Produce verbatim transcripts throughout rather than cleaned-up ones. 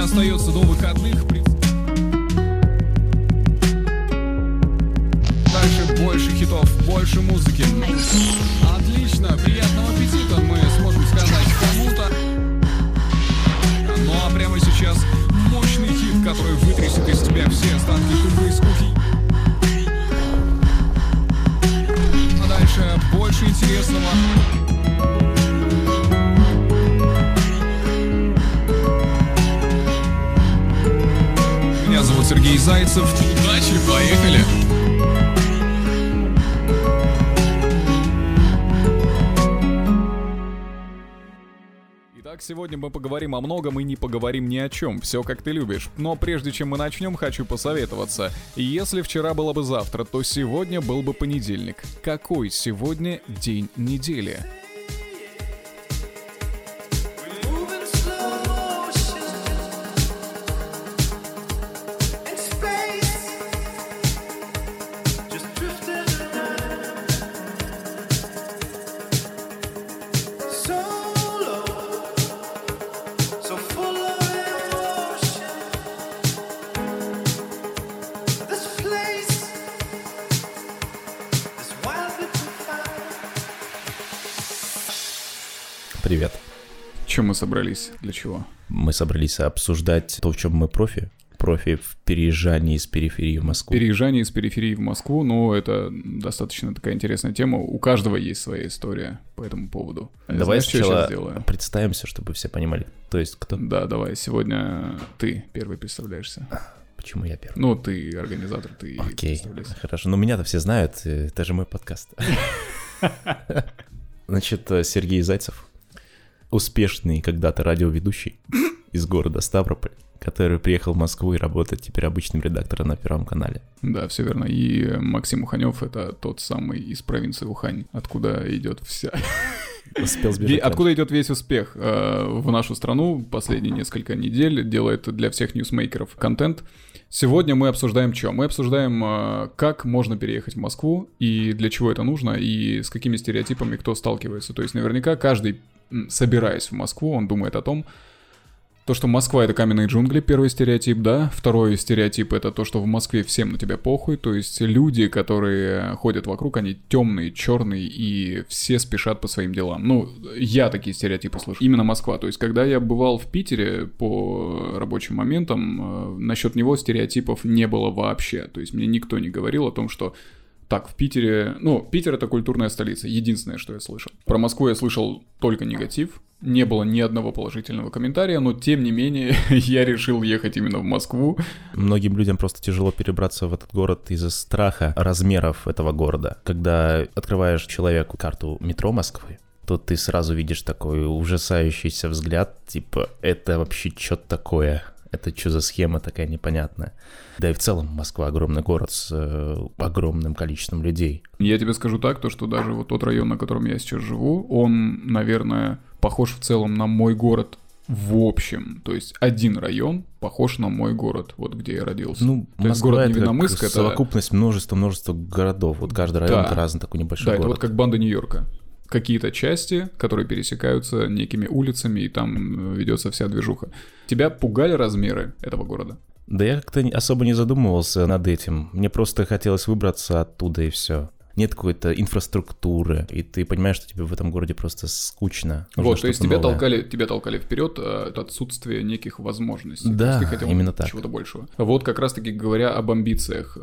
остается до выходных. Дальше больше хитов, больше музыки. Отлично, приятного аппетита, мы сможем сказать кому-то. Ну а прямо сейчас мощный хит, который вытрясет из тебя все остатки тупой скуки. А дальше больше интересного. Меня зовут Сергей Зайцев. Удачи, поехали! Итак, сегодня мы поговорим о многом и не поговорим ни о чем. Все как ты любишь. Но прежде чем мы начнем, хочу посоветоваться. Если вчера было бы завтра, то сегодня был бы понедельник. Какой сегодня день недели? Привет. Чем мы собрались? Для чего? Мы собрались обсуждать то, в чем мы профи. Профи в переезжании из периферии в Москву. Переезжание из периферии в Москву, ну, это достаточно такая интересная тема. У каждого есть своя история по этому поводу. Давай Знаешь, сначала представимся, чтобы все понимали, то есть кто. Да, давай, сегодня ты первый представляешься. Почему я первый? Ну, ты организатор, ты Окей, хорошо. Ну, меня-то все знают, это же мой подкаст. Значит, Сергей Зайцев. Успешный когда-то радиоведущий из города Ставрополь, который приехал в Москву и работает теперь обычным редактором на Первом канале. Да, все верно. И Максим Уханев — это тот самый из провинции Ухань, откуда идет вся... Успел сбежать. Откуда идет весь успех в нашу страну последние несколько недель, делает для всех ньюсмейкеров контент. Сегодня мы обсуждаем что? Мы обсуждаем, как можно переехать в Москву, и для чего это нужно, и с какими стереотипами кто сталкивается. То есть наверняка каждый, собираясь в Москву, он думает о том, то, что Москва — это каменные джунгли, первый стереотип, да. Второй стереотип — это то, что в Москве всем на тебя похуй. То есть люди, которые ходят вокруг, они темные, черные, и все спешат по своим делам. Ну, я такие стереотипы слышу. Именно Москва. То есть, когда я бывал в Питере по рабочим моментам, насчет него стереотипов не было вообще. То есть, мне никто не говорил о том, что... Так, в Питере... Ну, Питер — это культурная столица. Единственное, что я слышал. Про Москву я слышал только негатив. Не было ни одного положительного комментария, но, тем не менее, я решил ехать именно в Москву. Многим людям просто тяжело перебраться в этот город из-за страха размеров этого города. Когда открываешь человеку карту метро Москвы, то ты сразу видишь такой ужасающийся взгляд, типа, это вообще что-то такое? Это что за схема такая непонятная? Да и в целом Москва огромный город с э, огромным количеством людей. Я тебе скажу так, то, что даже вот тот район, на котором я сейчас живу, он, наверное, похож в целом на мой город в общем. То есть один район похож на мой город, вот где я родился. Ну, то есть город Невинномысск — это совокупность множества-множества городов. Вот каждый район да. — это разный такой небольшой да, город. Да, это вот как банда Нью-Йорка. Какие-то части, которые пересекаются некими улицами, и там ведется вся движуха. Тебя пугали размеры этого города? Да я как-то особо не задумывался над этим. Мне просто хотелось выбраться оттуда, и все. Нет какой-то инфраструктуры, и ты понимаешь, что тебе в этом городе просто скучно. Нужно вот, то есть тебя толкали, тебя толкали вперед от отсутствия неких возможностей. Да, ты хотел именно так. Чего-то большего. Вот как раз-таки говоря об амбициях.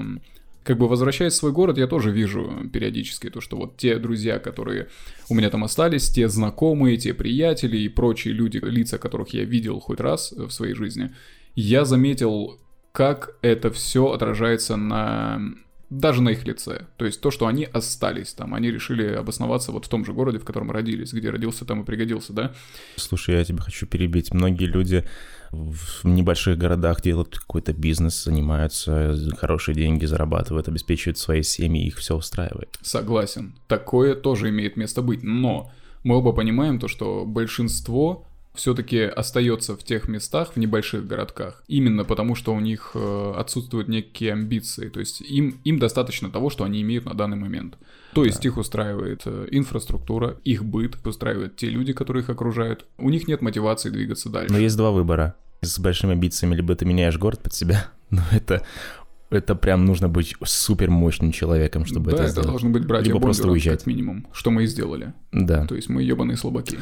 Как бы возвращаясь в свой город, я тоже вижу периодически то, что вот те друзья, которые у меня там остались, те знакомые, те приятели и прочие люди, лица которых я видел хоть раз в своей жизни, я заметил, как это все отражается на... даже на их лице. То есть то, что они остались там, они решили обосноваться вот в том же городе, в котором родились, где родился, там и пригодился, да? Слушай, я тебя хочу перебить. Многие люди в небольших городах делают какой-то бизнес, занимаются, хорошие деньги зарабатывают, обеспечивают свои семьи, их все устраивает. Согласен. Такое тоже имеет место быть. Но мы оба понимаем то, что большинство все-таки остается в тех местах, в небольших городках, именно потому, что у них отсутствуют некие амбиции, то есть им, им достаточно того, что они имеют на данный момент. То есть да. Их устраивает инфраструктура, их быт, устраивают те люди, которые их окружают, у них нет мотивации двигаться дальше. Но есть два выбора. с большими амбициями, либо ты меняешь город под себя, но это... Это прям нужно быть супер мощным человеком, чтобы да, это сделать. Да, это должны быть братья либо Бомберы, просто уезжать. Как минимум, что мы и сделали. Да. То есть мы ебаные слабаки.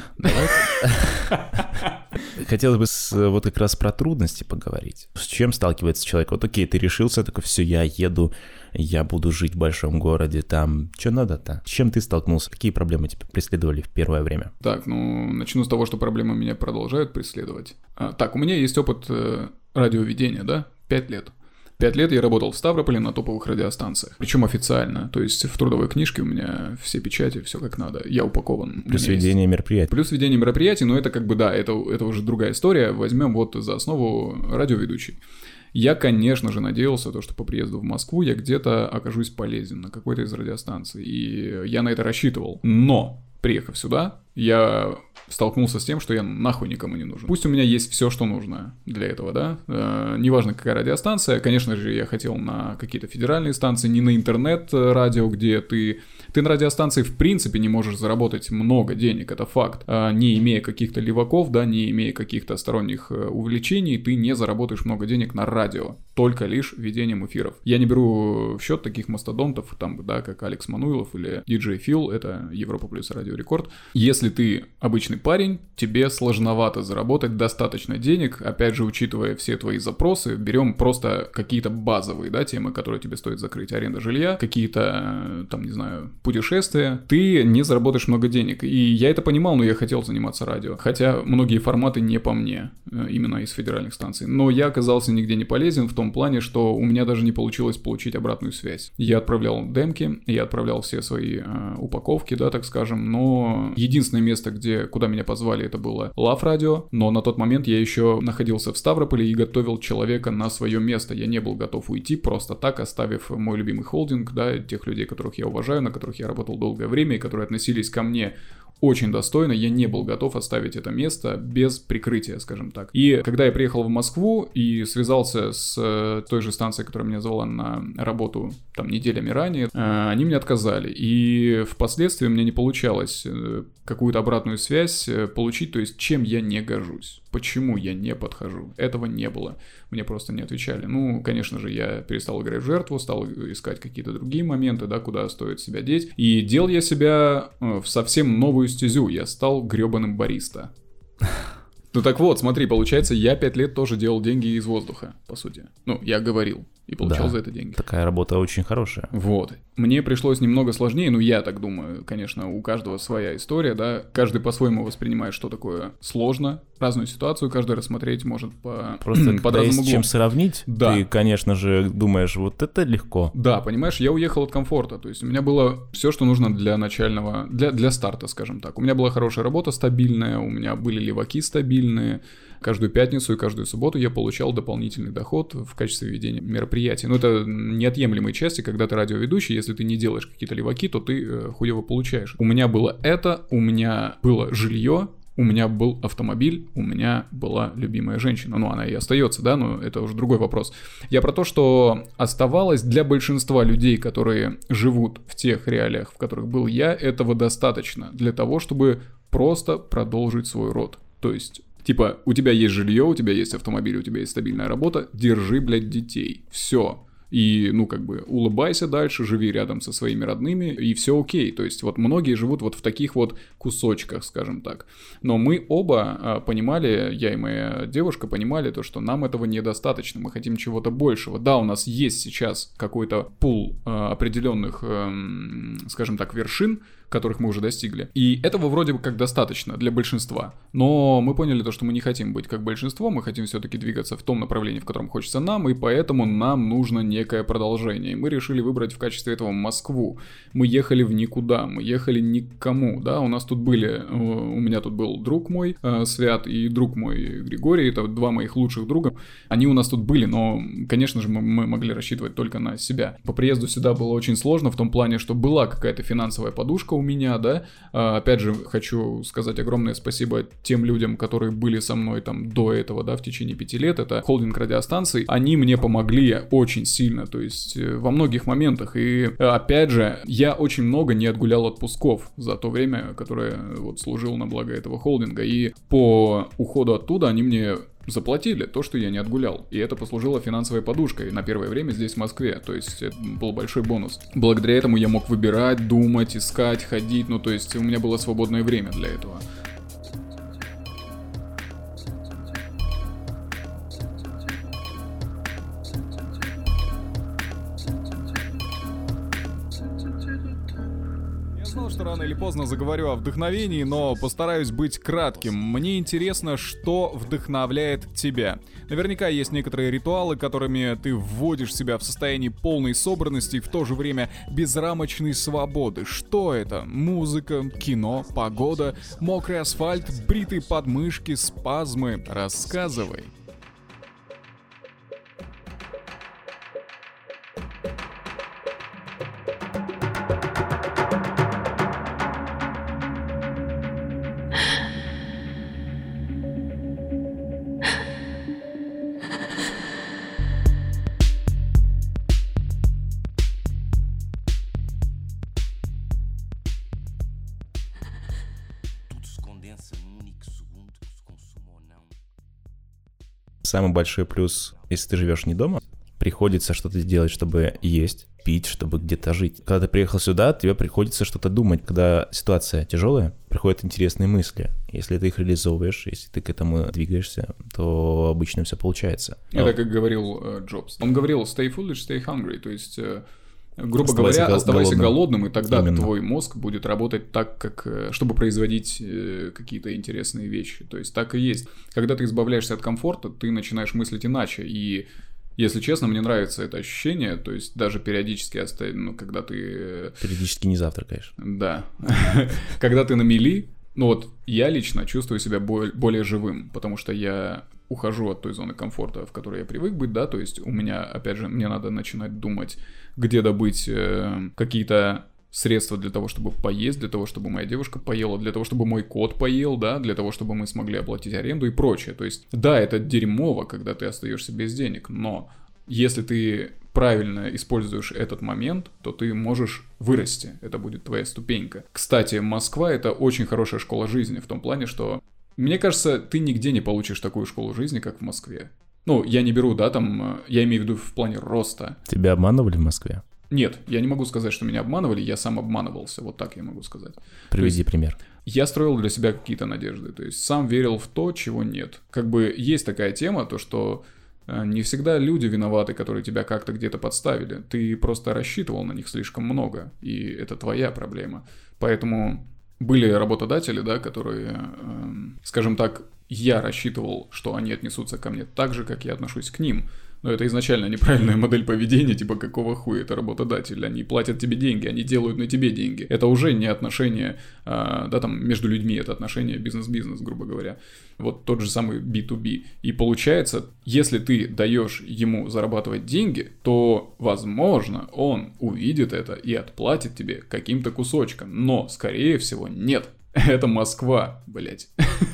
Хотелось бы с, вот как раз про трудности поговорить. С чем сталкивается человек? Вот окей, ты решился, такой, все, я еду, я буду жить в большом городе, там, что надо-то? С чем ты столкнулся? Какие проблемы тебя преследовали в первое время? Так, ну, начну с того, что проблемы меня продолжают преследовать. А, так, у меня есть опыт э, радиоведения, да, пять лет. Пять лет я работал в Ставрополе на топовых радиостанциях. Причем официально. То есть в трудовой книжке у меня все печати, все как надо. Я упакован. Плюс ведение есть... мероприятий. Плюс ведение мероприятий, но это как бы, да, это, это уже другая история. Возьмем вот за основу радиоведущий. Я, конечно же, надеялся, то, что по приезду в Москву я где-то окажусь полезен на какой-то из радиостанций. И я на это рассчитывал. Но, приехав сюда, я столкнулся с тем, что я нахуй никому не нужен. Пусть у меня есть все, что нужно для этого, да. Э, неважно, какая радиостанция. Конечно же, я хотел на какие-то федеральные станции, не на интернет-радио, где ты... Ты на радиостанции, в принципе, не можешь заработать много денег, это факт. А, не имея каких-то леваков, да, не имея каких-то сторонних увлечений, ты не заработаешь много денег на радио. Только лишь ведением эфиров. Я не беру в счет таких мастодонтов, там, да, как Алекс Мануилов или диджей Фил, это Европа плюс Радио Рекорд. Если ты обычный парень, тебе сложновато заработать достаточно денег, опять же, учитывая все твои запросы, берем просто какие-то базовые, да, темы, которые тебе стоит закрыть, аренда жилья, какие-то, там, не знаю, путешествия, ты не заработаешь много денег. И я это понимал, но я хотел заниматься радио. Хотя многие форматы не по мне, именно из федеральных станций. Но я оказался нигде не полезен в том плане, что у меня даже не получилось получить обратную связь. Я отправлял демки, я отправлял все свои э, упаковки, да, так скажем, но единственное место, где, куда меня позвали, это было Love Radio, но на тот момент я еще находился в Ставрополе и готовил человека на свое место. Я не был готов уйти просто так, оставив мой любимый холдинг, да, тех людей, которых я уважаю, на которых я работал долгое время и которые относились ко мне очень достойно, я не был готов оставить это место без прикрытия, скажем так. И когда я приехал в Москву и связался с той же станцией, которая меня звала на работу там неделями ранее, они мне отказали. И впоследствии у меня не получалось какую-то обратную связь получить, то есть чем я не гожусь, почему я не подхожу. Этого не было. Мне просто не отвечали. Ну, конечно же, я перестал играть в жертву, стал искать какие-то другие моменты, да, куда стоит себя деть. И делал я себя в совсем новую стезю. Я стал гребаным бариста. Ну так вот, смотри, получается, я пять лет тоже делал деньги из воздуха, по сути. Ну, я говорил и получал да, за это деньги. Такая работа очень хорошая. Вот. Мне пришлось немного сложнее, ну я так думаю, конечно, у каждого своя история, да. Каждый по-своему воспринимает, что такое сложно. Разную ситуацию каждый рассмотреть может по Просто под разным углом. С чем сравнить, да. Ты, конечно же, думаешь, вот это легко. Да, понимаешь, я уехал от комфорта, то есть у меня было все, что нужно для начального, для, для старта, скажем так. У меня была хорошая работа стабильная, у меня были леваки стабильные. Каждую пятницу и каждую субботу я получал дополнительный доход в качестве ведения мероприятий. Но это неотъемлемые части, когда ты радиоведущий, если ты не делаешь какие-то леваки, то ты э, хуево получаешь. У меня было это, у меня было жилье, у меня был автомобиль, у меня была любимая женщина. Ну, она и остается, да, но это уже другой вопрос. Я про то, что оставалось для большинства людей, которые живут в тех реалиях, в которых был я, этого достаточно для того, чтобы просто продолжить свой род. То есть... Типа, у тебя есть жилье, у тебя есть автомобиль, у тебя есть стабильная работа, держи, блядь, детей. Все. И, ну, как бы, улыбайся дальше, живи рядом со своими родными, и все окей. То есть, вот многие живут вот в таких вот кусочках, скажем так. Но мы оба а, понимали, я и моя девушка понимали то, что нам этого недостаточно, мы хотим чего-то большего. Да, у нас есть сейчас какой-то пул а, определенных, а, скажем так, вершин, которых мы уже достигли. И этого вроде бы как достаточно для большинства. Но мы поняли то, что мы не хотим быть как большинство, мы хотим все-таки двигаться в том направлении, в котором хочется нам, и поэтому нам нужно некое продолжение. И мы решили выбрать в качестве этого Москву. Мы ехали в никуда, мы ехали ни к кому, да, у нас тут были, у меня тут был друг мой, Свят, и друг мой Григорий, это два моих лучших друга. Они у нас тут были, но, конечно же, мы, мы могли рассчитывать только на себя. По приезду сюда было очень сложно в том плане, что была какая-то финансовая подушка у меня, да, а, опять же, хочу сказать огромное спасибо тем людям, которые были со мной там до этого, да, в течение пяти лет, это холдинг радиостанций, они мне помогли очень сильно, то есть во многих моментах, и опять же, я очень много не отгулял отпусков за то время, которое вот служил на благо этого холдинга, и по уходу оттуда они мне заплатили то, что я не отгулял. И это послужило финансовой подушкой на первое время здесь, в Москве. То есть это был большой бонус. Благодаря этому я мог выбирать, думать, искать, ходить. Ну, то есть у меня было свободное время для этого. Что рано или поздно заговорю о вдохновении, но постараюсь быть кратким. Мне интересно, что вдохновляет тебя. Наверняка есть некоторые ритуалы, которыми ты вводишь себя в состояние полной собранности и в то же время безрамочной свободы. Что это? Музыка, кино, погода, мокрый асфальт, бритые подмышки, спазмы. Рассказывай. Самый большой плюс, если ты живешь не дома, приходится что-то делать, чтобы есть, пить, чтобы где-то жить. Когда ты приехал сюда, тебе приходится что-то думать. Когда ситуация тяжелая, приходят интересные мысли. Если ты их реализовываешь, если ты к этому двигаешься, то обычно все получается. Это как говорил э, Джобс. Он говорил stay foolish, stay hungry, то есть... Э... Грубо оставайся говоря, гол- оставайся голодным. голодным, и тогда Именно. твой мозг будет работать так, как, чтобы производить э, какие-то интересные вещи. То есть так и есть. Когда ты избавляешься от комфорта, ты начинаешь мыслить иначе. И, если честно, мне нравится это ощущение. То есть даже периодически, оста- ну, когда ты... Периодически не завтракаешь. Да. Когда ты на мели, ну вот я лично чувствую себя более живым, потому что я ухожу от той зоны комфорта, в которой я привык быть, да, то есть у меня, опять же, мне надо начинать думать, где добыть э, какие-то средства для того, чтобы поесть, для того, чтобы моя девушка поела, для того, чтобы мой кот поел, да, для того, чтобы мы смогли оплатить аренду и прочее. То есть, да, это дерьмово, когда ты остаешься без денег, но если ты правильно используешь этот момент, то ты можешь вырасти, это будет твоя ступенька. Кстати, Москва — это очень хорошая школа жизни в том плане, что, мне кажется, ты нигде не получишь такую школу жизни, как в Москве. Ну, я не беру, да, там, я имею в виду в плане роста. Тебя обманывали в Москве? Нет, я не могу сказать, что меня обманывали, я сам обманывался, вот так я могу сказать. Приведи есть, пример. Я строил для себя какие-то надежды, то есть сам верил в то, чего нет. Как бы есть такая тема, то что э, не всегда люди виноваты, которые тебя как-то где-то подставили. Ты просто рассчитывал на них слишком много, и это твоя проблема. Поэтому были работодатели, да, которые, э, скажем так, я рассчитывал, что они отнесутся ко мне так же, как я отношусь к ним. Но это изначально неправильная модель поведения, типа какого хуя это работодатель, они платят тебе деньги, они делают на тебе деньги. Это уже не отношения, а, да, там, между людьми, это отношения бизнес-бизнес, грубо говоря. Вот тот же самый би ту би. И получается, если ты даешь ему зарабатывать деньги, то, возможно, он увидит это и отплатит тебе каким-то кусочком. Но, скорее всего, нет. Это Москва, блять.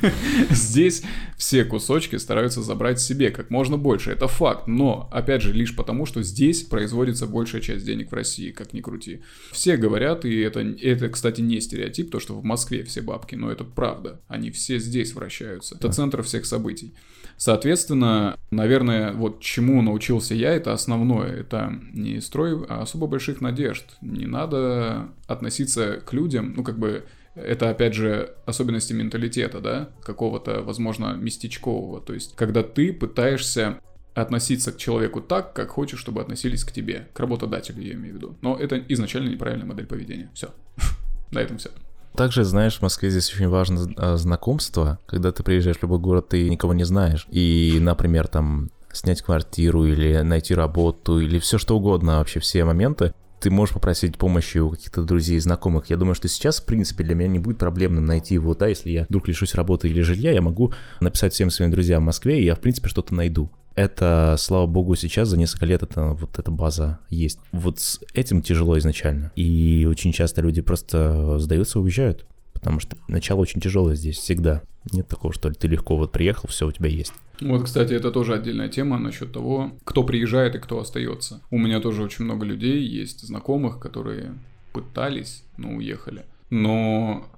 Здесь все кусочки стараются забрать себе как можно больше, это факт. Но, опять же, лишь потому, что здесь производится большая часть денег в России, как ни крути. Все говорят, и это, это, кстати, не стереотип, то, что в Москве все бабки, но это правда. Они все здесь вращаются. Это центр всех событий. Соответственно, наверное, вот чему научился я, это основное. Это не строй особо больших надежд. Не надо относиться к людям, ну, как бы... Это, опять же, особенности менталитета, да, какого-то, возможно, местечкового. То есть, когда ты пытаешься относиться к человеку так, как хочешь, чтобы относились к тебе. К работодателю, я имею в виду. Но это изначально неправильная модель поведения. Все. На этом все. Также, знаешь, в Москве здесь очень важно знакомство. Когда ты приезжаешь в любой город, ты никого не знаешь. И, например, там, снять квартиру или найти работу, или все что угодно, вообще все моменты. Ты можешь попросить помощи у каких-то друзей, знакомых. Я думаю, что сейчас, в принципе, для меня не будет проблемным найти его, да, если я вдруг лишусь работы или жилья, я могу написать всем своим друзьям в Москве, и я, в принципе, что-то найду. Это, слава богу, сейчас за несколько лет это, вот эта база есть. Вот с этим тяжело изначально. И очень часто люди просто сдаются и уезжают, потому что начало очень тяжелое здесь всегда. Нет такого, что ты легко вот приехал, все у тебя есть. Вот, кстати, это тоже отдельная тема насчет того, кто приезжает и кто остается. У меня тоже очень много людей, есть знакомых, которые пытались, но уехали. Но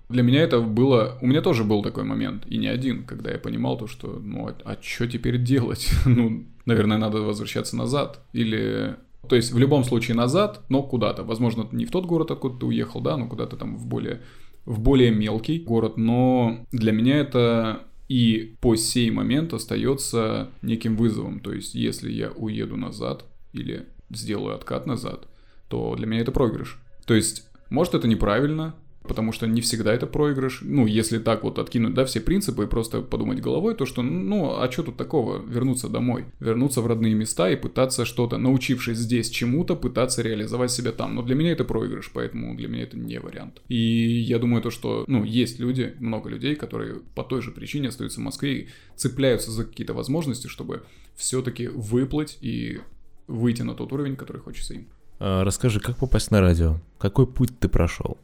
Для меня это было... У меня тоже был такой момент, и не один, когда я понимал то, что, ну, а, а что теперь делать? Ну, наверное, надо возвращаться назад. Или... То есть, в любом случае назад, но куда-то. Возможно, не в тот город, откуда ты уехал, да, но куда-то там в более, в более мелкий город. Но для меня это и по сей момент остается неким вызовом. То есть, если я уеду назад или сделаю откат назад, то для меня это проигрыш. То есть, может, это неправильно, потому что не всегда это проигрыш. Ну, если так вот откинуть, да, все принципы и просто подумать головой, то что, ну, а что тут такого? Вернуться домой, вернуться в родные места и пытаться что-то, научившись здесь чему-то, пытаться реализовать себя там. Но для меня это проигрыш, поэтому для меня это не вариант. И я думаю то, что, ну, есть люди, много людей, которые по той же причине остаются в Москве и цепляются за какие-то возможности, чтобы все-таки выплыть и выйти на тот уровень, который хочется им. А, расскажи, как попасть на радио? Какой путь ты прошел?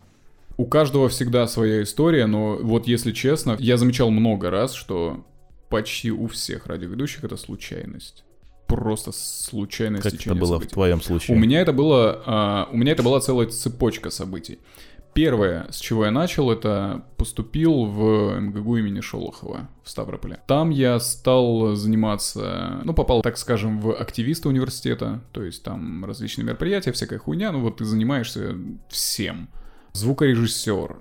У каждого всегда своя история, но вот если честно, я замечал много раз, что почти у всех радиоведущих это случайность. Просто случайное как стечение это было событий. В твоем случае? У меня это было, а, у меня это была целая цепочка событий. Первое, с чего я начал, это поступил в эм гэ гэ у имени Шолохова в Ставрополе. Там я стал заниматься, ну, попал, так скажем, в активисты университета, то есть там различные мероприятия, всякая хуйня, ну вот ты занимаешься всем. Звукорежиссер,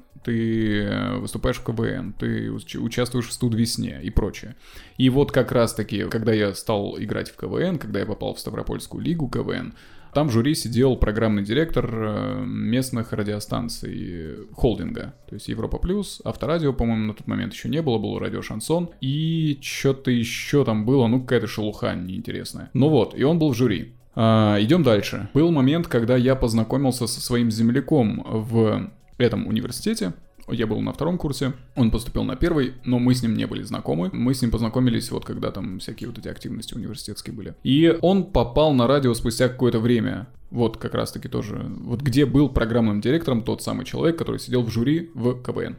ты выступаешь в ка вэ эн, ты участвуешь в студ-весне и прочее. И вот как раз-таки, когда я стал играть в ка вэ эн, когда я попал в Ставропольскую лигу ка вэ эн, там в жюри сидел программный директор местных радиостанций холдинга, то есть Европа Плюс, Авторадио, по-моему, на тот момент еще не было, был радио Шансон, и что-то еще там было, ну какая-то шелуха неинтересная. Ну вот, и он был в жюри. А, идем дальше. Был момент, когда я познакомился со своим земляком в этом университете. Я был на втором курсе, он поступил на первый, но мы с ним не были знакомы. Мы с ним познакомились вот когда там всякие вот эти активности университетские были. И он попал на радио спустя какое-то время. Вот как раз-таки тоже, вот где был программным директором тот самый человек, который сидел в жюри в ка вэ эн.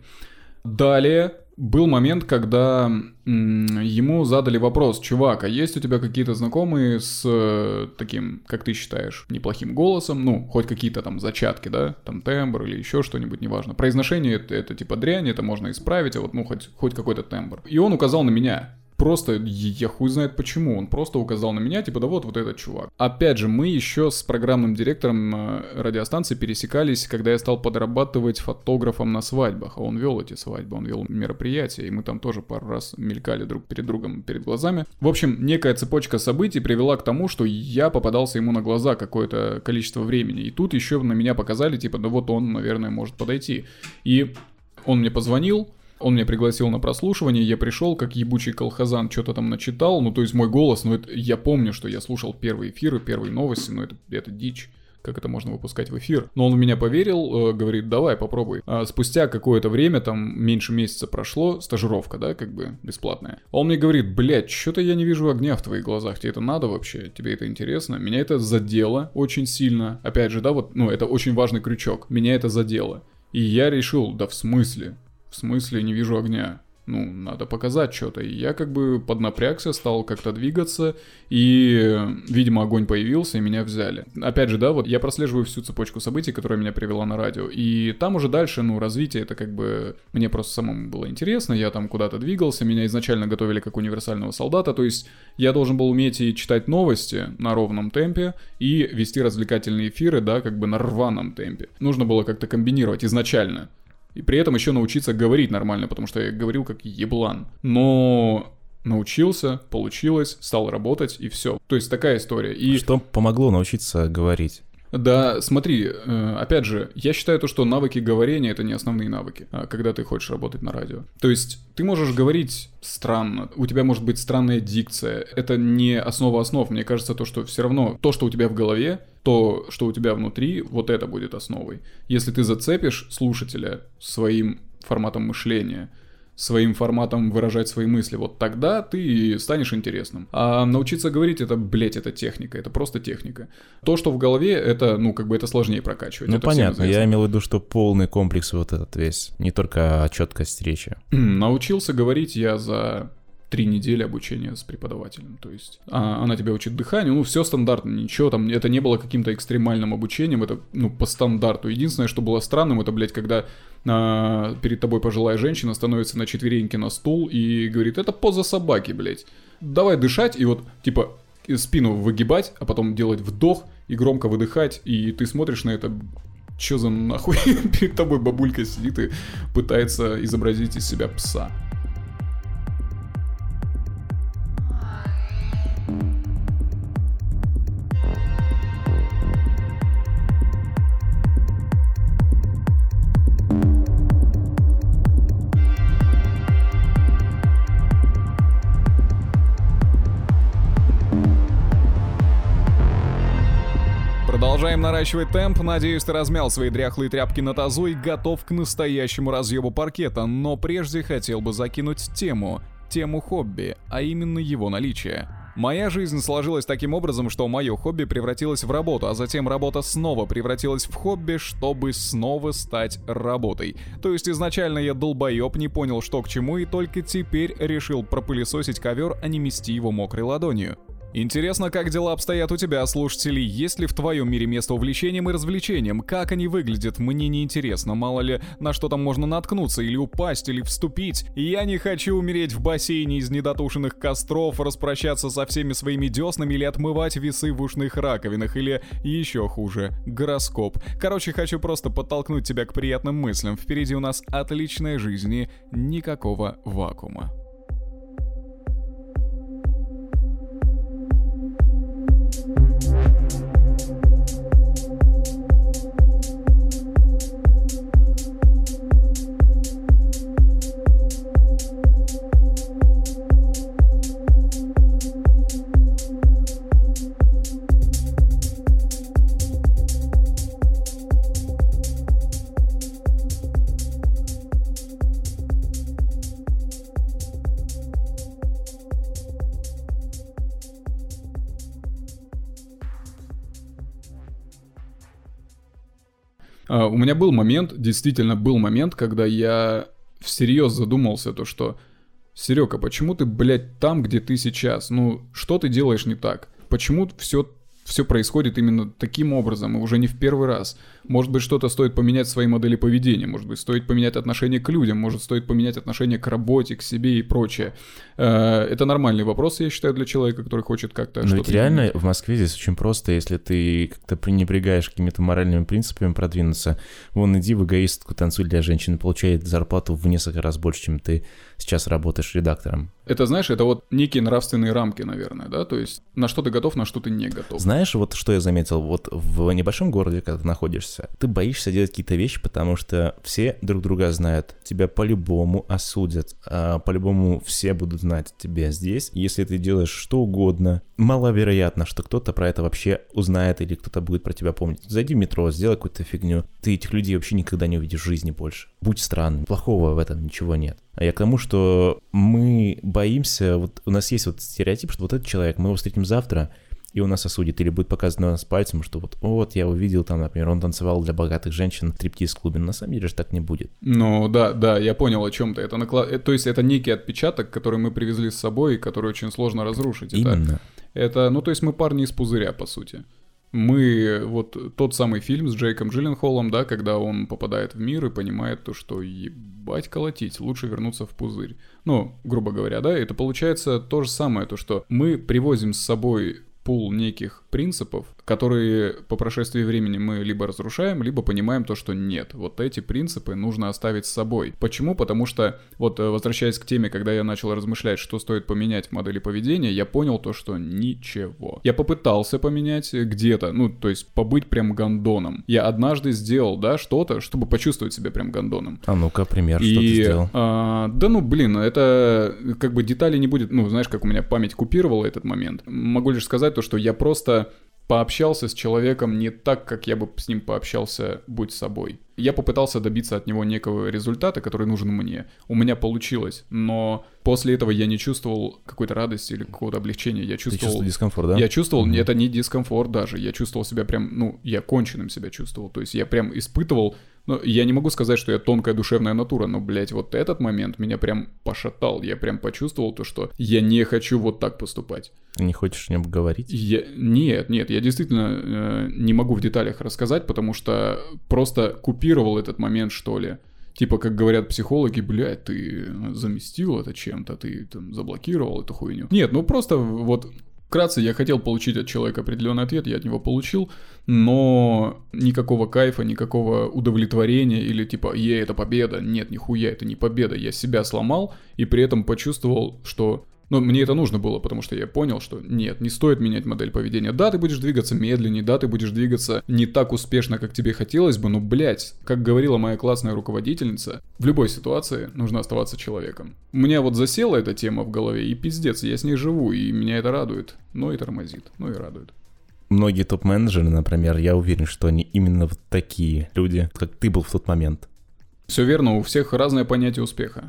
Далее был момент, когда м- ему задали вопрос: чувак, а есть у тебя какие-то знакомые с э, таким, как ты считаешь, неплохим голосом? Ну, хоть какие-то там зачатки, да? Там тембр или еще что-нибудь, неважно. Произношение это, это типа дрянь, это можно исправить, а вот ну хоть, хоть какой-то тембр. И он указал на меня. Просто, я хуй знает почему, он просто указал на меня, типа, да вот, вот этот чувак. Опять же, мы еще с программным директором э, радиостанции пересекались, когда я стал подрабатывать фотографом на свадьбах, а он вел эти свадьбы, он вел мероприятия, и мы там тоже пару раз мелькали друг перед другом, перед глазами. В общем, некая цепочка событий привела к тому, что я попадался ему на глаза какое-то количество времени, и тут еще на меня показали, типа, да вот он, наверное, может подойти. И он мне позвонил, он меня пригласил на прослушивание, я пришел, как ебучий колхозан, что-то там начитал, ну, то есть мой голос, ну, это, я помню, что я слушал первые эфиры, первые новости, но это, это дичь, как это можно выпускать в эфир. Но он в меня поверил, э, говорит, давай, попробуй. А спустя какое-то время, там, меньше месяца прошло, стажировка, да, как бы, бесплатная. А он мне говорит, блядь, что-то я не вижу огня в твоих глазах, тебе это надо вообще, тебе это интересно? Меня это задело очень сильно, опять же, да, вот, ну, это очень важный крючок, меня это задело. И я решил, да в смысле? В смысле, не вижу огня. Ну, надо показать что-то. И я как бы поднапрягся, стал как-то двигаться, и, видимо, огонь появился, и меня взяли. Опять же, да, вот я прослеживаю всю цепочку событий, которая меня привела на радио, и там уже дальше, ну, развитие, это как бы... Мне просто самому было интересно, я там куда-то двигался, меня изначально готовили как универсального солдата, то есть я должен был уметь и читать новости на ровном темпе, и вести развлекательные эфиры, да, как бы на рваном темпе. Нужно было как-то комбинировать изначально. И при этом еще научиться говорить нормально, потому что я говорил как еблан. Но научился, получилось, стал работать, и все. То есть такая история. И... Что помогло научиться говорить? Да, смотри, опять же, я считаю то, что навыки говорения — это не основные навыки, когда ты хочешь работать на радио. То есть ты можешь говорить странно, у тебя может быть странная дикция, это не основа основ. Мне кажется, то, что все равно то, что у тебя в голове, то, что у тебя внутри, вот это будет основой. Если ты зацепишь слушателя своим форматом мышления, своим форматом выражать свои мысли, вот тогда ты станешь интересным. А научиться говорить — это, блять, это техника, это просто техника. То, что в голове, это, ну, как бы это сложнее прокачивать. Ну, это понятно, я имел в виду, что полный комплекс вот этот весь, не только четкость речи. Научился говорить я за три недели обучения с преподавателем. То есть а, она тебя учит дыханию, ну, все стандартно, ничего там, это не было каким-то экстремальным обучением, это, ну, по стандарту. Единственное, что было странным, это, блядь, когда а, перед тобой пожилая женщина становится на четвереньки на стул и говорит, это поза собаки, блядь. Давай дышать и вот, типа, спину выгибать, а потом делать вдох и громко выдыхать, и ты смотришь на это... Чё за нахуй? Перед тобой бабулька сидит и пытается изобразить из себя пса. Продолжаем наращивать темп. Надеюсь, ты размял свои дряхлые тряпки на тазу и готов к настоящему разъебу паркета. Но прежде хотел бы закинуть тему. Тему хобби, а именно его наличие. Моя жизнь сложилась таким образом, что мое хобби превратилось в работу, а затем работа снова превратилась в хобби, чтобы снова стать работой. То есть изначально я долбоеб, не понял, что к чему, и только теперь решил пропылесосить ковер, а не мести его мокрой ладонью. Интересно, как дела обстоят у тебя, слушателей? Есть ли в твоем мире место увлечениям и развлечениям? Как они выглядят? Мне не интересно. Мало ли, на что там можно наткнуться, или упасть, или вступить. Я не хочу умереть в бассейне из недотушенных костров, распрощаться со всеми своими деснами или отмывать весы в ушных раковинах, или еще хуже, гороскоп. Короче, хочу просто подтолкнуть тебя к приятным мыслям. Впереди у нас отличная жизнь и никакого вакуума. Uh, у меня был момент, действительно был момент, когда я всерьез задумался, то что Серега, почему ты, блядь, там, где ты сейчас? Ну, что ты делаешь не так? Почему все, все происходит именно таким образом, и уже не в первый раз? Может быть, что-то стоит поменять в своей модели поведения, может быть, стоит поменять отношение к людям, может, стоит поменять отношение к работе, к себе и прочее. Это нормальный вопрос, я считаю, для человека, который хочет как-то Но что-то... Но ведь реально изменить. В Москве здесь очень просто, если ты как-то пренебрегаешь какими-то моральными принципами продвинуться. Вон, иди в эгоистку, танцуй для женщины, получает зарплату в несколько раз больше, чем ты сейчас работаешь редактором. Это, знаешь, это вот некие нравственные рамки, наверное, да? То есть на что ты готов, на что ты не готов. Знаешь, вот что я заметил, вот в небольшом городе, когда ты находишься, ты боишься делать какие-то вещи, потому что все друг друга знают. Тебя по-любому осудят, а по-любому все будут знать тебя здесь. Если ты делаешь что угодно, маловероятно, что кто-то про это вообще узнает или кто-то будет про тебя помнить. Зайди в метро, сделай какую-то фигню. Ты этих людей вообще никогда не увидишь в жизни больше. Будь странным. Плохого в этом ничего нет. А я к тому, что мы боимся, вот у нас есть вот стереотип, что вот этот человек, мы его встретим завтра, и он нас осудит, или будет показывать на нас пальцем, что вот, вот, я увидел там, например, он танцевал для богатых женщин в стриптиз-клубе. На самом деле же так не будет. Ну, да, да, я понял о чем-то. Это накла... То есть это некий отпечаток, который мы привезли с собой, и который очень сложно разрушить. Именно. Это, это, ну, то есть мы парни из пузыря, по сути. Мы, вот тот самый фильм с Джейком Джилленхолом, да, когда он попадает в мир и понимает то, что ебать колотить, лучше вернуться в пузырь. Ну, грубо говоря, да, это получается то же самое, то, что мы привозим с собой пул неких принципов, которые по прошествии времени мы либо разрушаем, либо понимаем то, что нет. Вот эти принципы нужно оставить с собой. Почему? Потому что, вот возвращаясь к теме, когда я начал размышлять, что стоит поменять в модели поведения, я понял то, что ничего. Я попытался поменять где-то, ну, то есть побыть прям гондоном. Я однажды сделал, да, что-то, чтобы почувствовать себя прям гондоном. А ну-ка, пример, И, что ты сделал? А, да ну, блин, это как бы деталей не будет, ну, знаешь, как у меня память купировала этот момент. Могу лишь сказать то, что я просто пообщался с человеком не так, как я бы с ним пообщался, будь собой. Я попытался добиться от него некого результата, который нужен мне. У меня получилось, но после этого я не чувствовал какой-то радости или какого-то облегчения. Я чувствовал... Ты чувствовал дискомфорт, да? Я чувствовал, mm-hmm. это не дискомфорт даже. Я чувствовал себя прям, ну, я конченым себя чувствовал. То есть я прям испытывал, Ну, я не могу сказать, что я тонкая душевная натура, но, блядь, вот этот момент меня прям пошатал. Я прям почувствовал то, что я не хочу вот так поступать. Не хочешь не говорить? Я... Нет, нет, я действительно э, не могу в деталях рассказать, потому что просто купировал этот момент, что ли. Типа, как говорят психологи, блядь, ты заместил это чем-то, ты там заблокировал эту хуйню. Нет, ну просто вот... Вкратце, я хотел получить от человека определенный ответ, я от него получил, но никакого кайфа, никакого удовлетворения или типа «е, это победа». Нет, нихуя, это не победа. Я себя сломал и при этом почувствовал, что... Ну, мне это нужно было, потому что я понял, что нет, не стоит менять модель поведения. Да, ты будешь двигаться медленнее, да, ты будешь двигаться не так успешно, как тебе хотелось бы, но, блядь, как говорила моя классная руководительница, в любой ситуации нужно оставаться человеком. У меня вот засела эта тема в голове, и пиздец, я с ней живу, и меня это радует. Ну и тормозит, ну и радует. Многие топ-менеджеры, например, я уверен, что они именно вот такие люди, как ты был в тот момент. Все верно, у всех разное понятие успеха.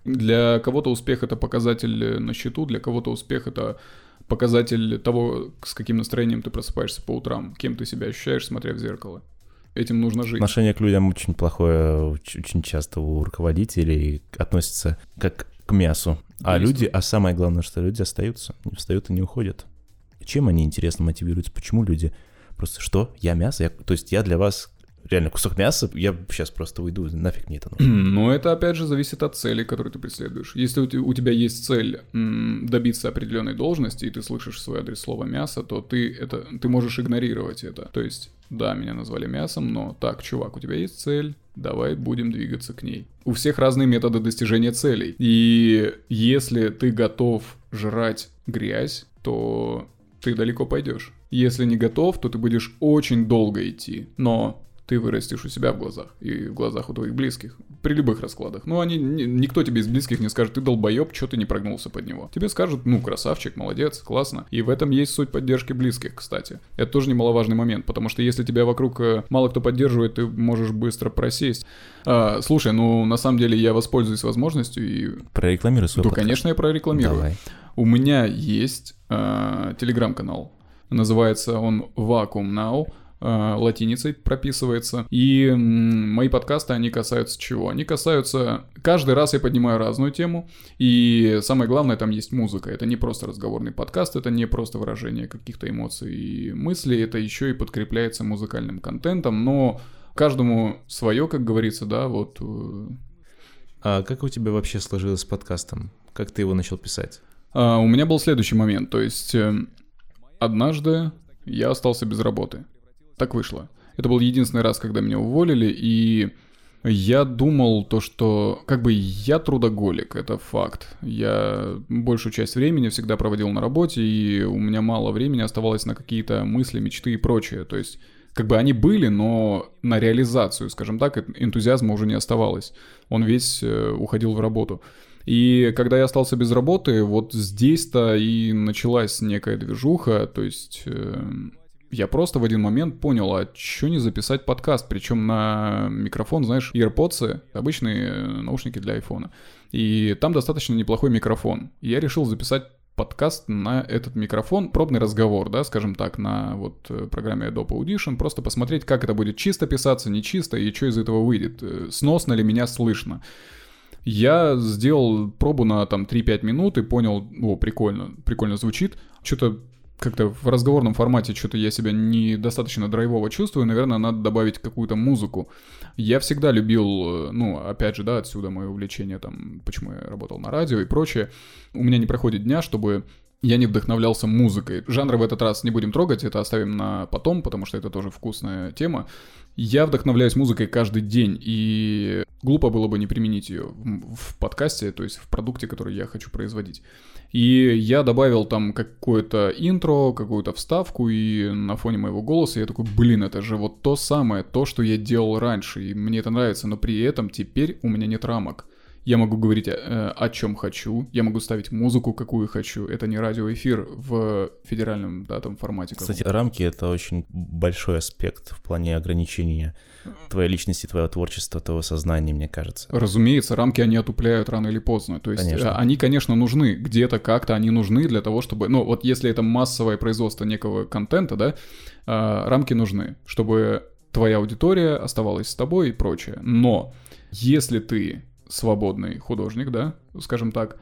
Для кого-то успех — это показатель на счету, для кого-то успех — это показатель того, с каким настроением ты просыпаешься по утрам, кем ты себя ощущаешь, смотря в зеркало. Этим нужно жить. Отношение к людям очень плохое, очень часто у руководителей относятся как к мясу. А Есть. люди, а самое главное, что люди остаются, не встают и не уходят. Чем они, интересно, мотивируются? Почему люди просто что? Я мясо? Я... То есть я для вас... Реально, кусок мяса, я сейчас просто уйду, нафиг мне это нужно. Но это, опять же, зависит от цели, которую ты преследуешь. Если у тебя есть цель м, добиться определенной должности, и ты слышишь в свой адрес слово «мясо», то ты, это, ты можешь игнорировать это. То есть, да, меня назвали мясом, но так, чувак, у тебя есть цель, давай будем двигаться к ней. У всех разные методы достижения целей. И если ты готов жрать грязь, то ты далеко пойдешь. Если не готов, то ты будешь очень долго идти. Но... ты вырастешь у себя в глазах и в глазах у твоих близких. При любых раскладах. Ну, они, никто тебе из близких не скажет, ты долбоеб, что ты не прогнулся под него. Тебе скажут, ну, красавчик, молодец, классно. И в этом есть суть поддержки близких, кстати. Это тоже немаловажный момент, потому что если тебя вокруг мало кто поддерживает, ты можешь быстро просесть. А, слушай, ну, на самом деле я воспользуюсь возможностью и... Прорекламируй свой Да, подкаст. конечно, я прорекламирую. Давай. У меня есть а, телеграм-канал. Называется он Vacuum Now. Латиницей прописывается. И м, мои подкасты, они касаются чего? Они касаются... Каждый раз я поднимаю разную тему, и самое главное, там есть музыка. Это не просто разговорный подкаст, это не просто выражение каких-то эмоций и мыслей, это еще и подкрепляется музыкальным контентом, но каждому свое, как говорится, да, вот... А как у тебя вообще сложилось с подкастом? Как ты его начал писать? А, у меня был следующий момент, то есть э, однажды я остался без работы. Так вышло. Это был единственный раз, когда меня уволили, и я думал то, что как бы я трудоголик, это факт. Я большую часть времени всегда проводил на работе, и у меня мало времени оставалось на какие-то мысли, мечты и прочее. То есть как бы они были, но на реализацию, скажем так, энтузиазма уже не оставалось. Он весь э, уходил в работу. И когда я остался без работы, вот здесь-то и началась некая движуха, то есть... Э, я просто в один момент понял, а чё не записать подкаст, причем на микрофон, знаешь, AirPods, обычные наушники для айфона. И там достаточно неплохой микрофон. И я решил записать подкаст на этот микрофон, пробный разговор, да, скажем так, на вот программе Adobe Audition, просто посмотреть, как это будет чисто писаться, не чисто, и что из этого выйдет, сносно ли меня слышно. Я сделал пробу на там три-пять минут и понял, о, прикольно, прикольно звучит, что-то как-то в разговорном формате что-то я себя недостаточно драйвово чувствую, наверное, надо добавить какую-то музыку. Я всегда любил, ну, опять же, да, отсюда мое увлечение, там, почему я работал на радио и прочее. У меня не проходит дня, чтобы я не вдохновлялся музыкой. Жанры в этот раз не будем трогать, это оставим на потом, потому что это тоже вкусная тема. Я вдохновляюсь музыкой каждый день, и глупо было бы не применить ее в подкасте, то есть в продукте, который я хочу производить. И я добавил там какое-то интро, какую-то вставку, и на фоне моего голоса я такой, блин, это же вот то самое, то, что я делал раньше, и мне это нравится, но при этом теперь у меня нет рамок. Я могу говорить о, о чем хочу, я могу ставить музыку, какую хочу. Это не радиоэфир в федеральном, да, там, формате. Кстати, каком-то. рамки — это очень большой аспект в плане ограничения твоей личности, твоего творчества, твоего сознания, мне кажется. Разумеется, рамки, они отупляют рано или поздно. То есть Конечно. они, конечно, нужны. Где-то как-то они нужны для того, чтобы... Ну, вот если это массовое производство некого контента, да, рамки нужны, чтобы твоя аудитория оставалась с тобой и прочее. Но если ты свободный художник, да, скажем так,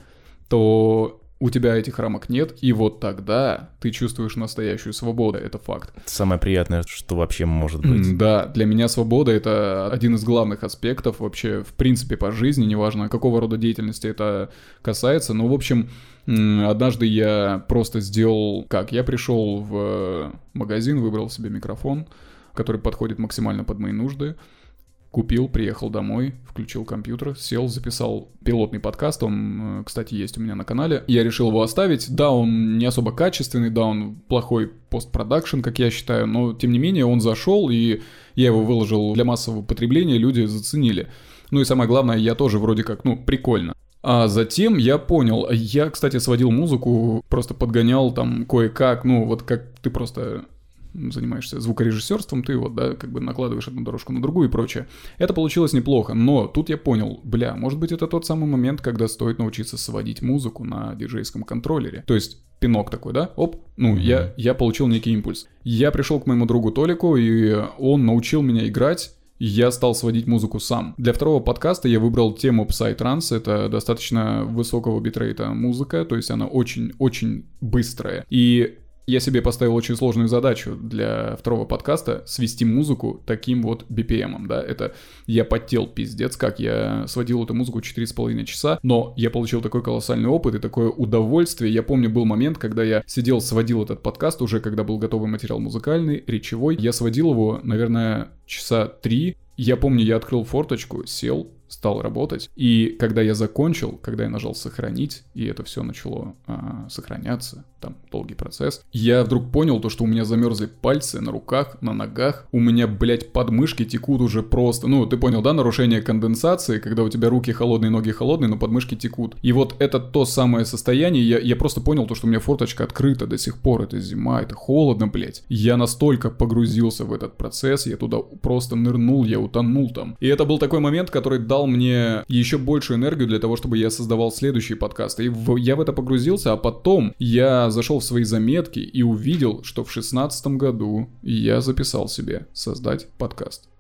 то у тебя этих рамок нет, и вот тогда ты чувствуешь настоящую свободу, это факт. Самое приятное, что вообще может быть. Да, для меня свобода — это один из главных аспектов вообще, в принципе, по жизни, неважно, какого рода деятельности это касается. Ну, в общем, однажды я просто сделал как? Я пришел в магазин, выбрал себе микрофон, который подходит максимально под мои нужды, купил, приехал домой, включил компьютер, сел, записал пилотный подкаст, он, кстати, есть у меня на канале. Я решил его оставить. Да, он не особо качественный, да, он плохой постпродакшн, как я считаю, но, тем не менее, он зашел, и я его выложил для массового потребления, люди заценили. Ну и самое главное, я тоже вроде как, ну, прикольно. А затем я понял, я, кстати, сводил музыку, просто подгонял там кое-как, ну, вот как ты просто... занимаешься звукорежиссерством, ты вот, да, как бы накладываешь одну дорожку на другую и прочее. Это получилось неплохо, но тут я понял, бля, может быть, это тот самый момент, когда стоит научиться сводить музыку на диджейском контроллере. То есть пинок такой, да, оп, ну, mm-hmm. я, я получил некий импульс. Я пришел к моему другу Толику, и он научил меня играть, и я стал сводить музыку сам. Для второго подкаста я выбрал тему Psytrance, это достаточно высокого битрейта музыка, то есть она очень-очень быстрая. И я себе поставил очень сложную задачу для второго подкаста — свести музыку таким вот би пи эм, да, это я потел пиздец, как я сводил эту музыку четыре с половиной часа, но я получил такой колоссальный опыт и такое удовольствие. Я помню, был момент, когда я сидел, сводил этот подкаст, уже когда был готовый материал музыкальный, речевой, я сводил его, наверное, часа три. Я помню, я открыл форточку, сел, стал работать, и когда я закончил, когда я нажал «сохранить», и это все начало а, сохраняться, там долгий процесс, я вдруг понял то, что у меня замерзли пальцы на руках, на ногах, у меня, блядь, подмышки текут уже просто, ну, ты понял, да, нарушение конденсации, когда у тебя руки холодные, ноги холодные, но подмышки текут. И вот это то самое состояние, я, я просто понял то, что у меня форточка открыта до сих пор, это зима, это холодно, блядь. Я настолько погрузился в этот процесс, я туда просто нырнул, я утонул там. И это был такой момент, который дал мне еще большую энергию для того, чтобы я создавал следующие подкасты. И в, я в это погрузился, а потом я зашел в свои заметки и увидел, что в шестнадцатом году я записал себе создать подкаст.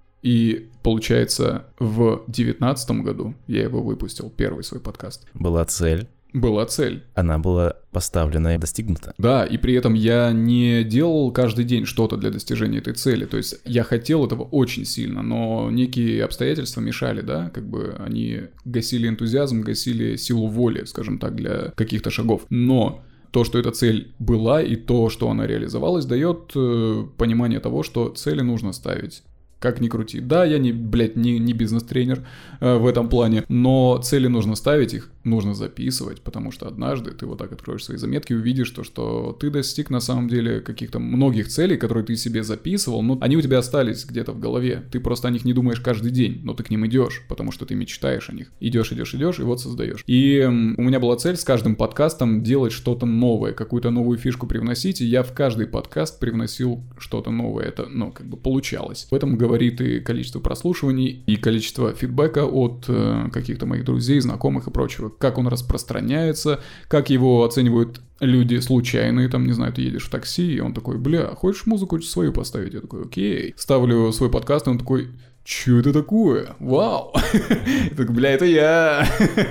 И получается, в девятнадцатом году я его выпустил, первый свой подкаст. Была цель. Была цель. Она была поставлена и достигнута. Да, и при этом я не делал каждый день что-то для достижения этой цели. То есть я хотел этого очень сильно, но некие обстоятельства мешали, да, как бы они гасили энтузиазм, гасили силу воли, скажем так, для каких-то шагов. Но то, что эта цель была, и то, что она реализовалась, дает э, понимание того, что цели нужно ставить. Как ни крути. Да, я не, блядь, не, не бизнес-тренер э, в этом плане, но цели нужно ставить, их нужно записывать, потому что однажды ты вот так откроешь свои заметки и увидишь то, что ты достиг на самом деле каких-то многих целей, которые ты себе записывал, но они у тебя остались где-то в голове. Ты просто о них не думаешь каждый день, но ты к ним идешь, потому что ты мечтаешь о них. Идешь, идешь, идешь, и вот создаешь. И э, у меня была цель с каждым подкастом делать что-то новое, какую-то новую фишку привносить, и я в каждый подкаст привносил что-то новое. Это, ну, как бы получалось. В этом говорит и количество прослушиваний, и количество фидбэка от э, каких-то моих друзей, знакомых и прочего. Как он распространяется, как его оценивают люди случайные, там, не знаю, ты едешь в такси, и он такой, бля, хочешь музыку свою поставить? Я такой, окей. Ставлю свой подкаст, и он такой... Чё это такое? Вау! Так, бля, это я!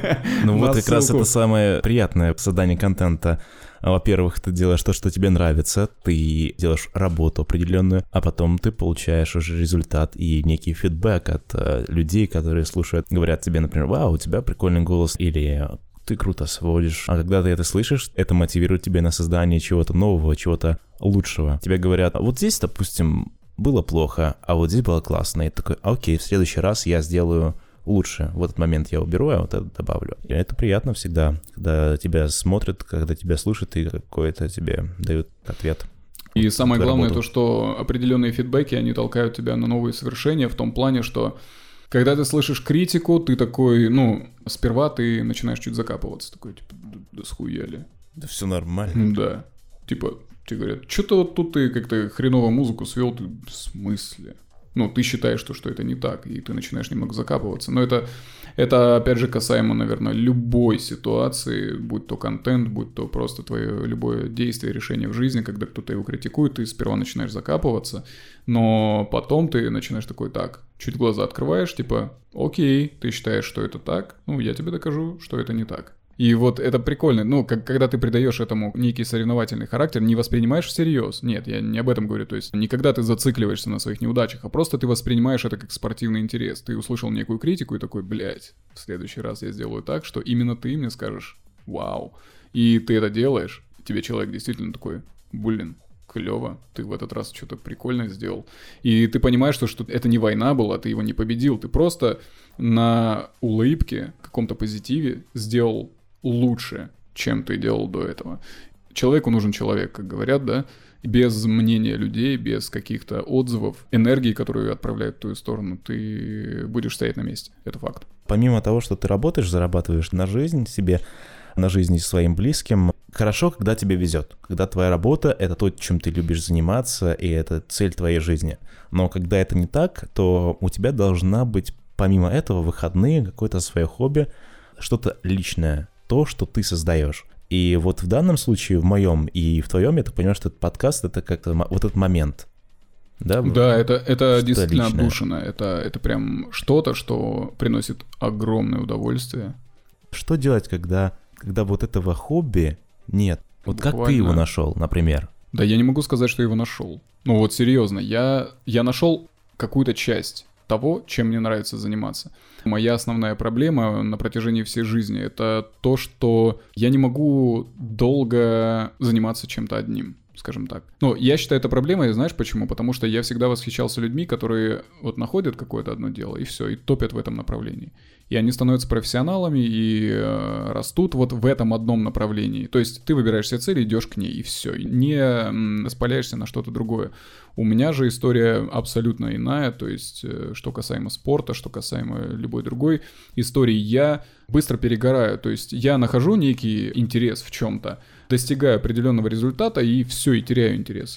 Ну вот как раз это самое приятное в создании контента. Во-первых, ты делаешь то, что тебе нравится, ты делаешь работу определенную, а потом ты получаешь уже результат и некий фидбэк от э, людей, которые слушают, говорят тебе, например, вау, у тебя прикольный голос, или ты круто сводишь. А когда ты это слышишь, это мотивирует тебя на создание чего-то нового, чего-то лучшего. Тебе говорят, вот здесь, допустим, было плохо, а вот здесь было классно. И ты такой, окей, в следующий раз я сделаю лучше. В этот момент я уберу, а вот это добавлю. И это приятно всегда, когда тебя смотрят, когда тебя слушают и какой-то тебе дают ответ. И самое главное то, что определенные фидбэки, они толкают тебя на новые совершения в том плане, что когда ты слышишь критику, ты такой, ну, сперва ты начинаешь чуть закапываться, такой, типа, да схуяли. Да все нормально. Да. Типа, тебе говорят, что-то вот тут ты как-то хреново музыку свел, ты в смысле? Ну, ты считаешь, что, что это не так, и ты начинаешь немного закапываться. Но это, это, опять же, касаемо, наверное, любой ситуации, будь то контент, будь то просто твое любое действие, решение в жизни, когда кто-то его критикует, ты сперва начинаешь закапываться, но потом ты начинаешь такой, так, чуть глаза открываешь, типа, окей, ты считаешь, что это так, ну, я тебе докажу, что это не так. И вот это прикольно, ну, как, когда ты придаешь этому некий соревновательный характер, не воспринимаешь всерьез. Нет, я не об этом говорю, то есть не когда ты зацикливаешься на своих неудачах, а просто ты воспринимаешь это как спортивный интерес. Ты услышал некую критику и такой, блядь, в следующий раз я сделаю так, что именно ты мне скажешь вау. И ты это делаешь, тебе человек действительно такой, блин, клево, ты в этот раз что-то прикольное сделал. И ты понимаешь, что, что это не война была, ты его не победил, ты просто на улыбке, каком-то позитиве сделал лучше, чем ты делал до этого. Человеку нужен человек, как говорят, да, без мнения людей, без каких-то отзывов, энергии, которую отправляют в ту сторону, ты будешь стоять на месте. Это факт. Помимо того, что ты работаешь, зарабатываешь на жизнь себе, на жизни своим близким, хорошо, когда тебе везет, когда твоя работа — это то, чем ты любишь заниматься, и это цель твоей жизни. Но когда это не так, то у тебя должна быть, помимо этого, выходные, какое-то свое хобби, что-то личное, то, что ты создаешь. И вот в данном случае, в моем и в твоем, я так понимаю, что этот подкаст — это как-то вот этот момент. Да, да, это, это действительно личное. отдушина. Это, это прям что-то, что приносит огромное удовольствие. Что делать, когда, когда вот этого хобби нет? Вот Буквально. Как ты его нашел, например? Да я не могу сказать, что я его нашел. Ну вот серьезно, я, я нашел какую-то часть того, чем мне нравится заниматься. Моя основная проблема на протяжении всей жизни — это то, что я не могу долго заниматься чем-то одним, скажем так. Ну, я считаю это проблемой, знаешь почему? Потому что я всегда восхищался людьми, которые вот находят какое-то одно дело, и все, и топят в этом направлении. И они становятся профессионалами и э, растут вот в этом одном направлении. То есть ты выбираешь себе цель, идешь к ней, и все. Не м, распаляешься на что-то другое. У меня же история абсолютно иная, то есть э, что касаемо спорта, что касаемо любой другой истории, я быстро перегораю. То есть я нахожу некий интерес в чем-то, достигаю определенного результата, и все, и теряю интерес.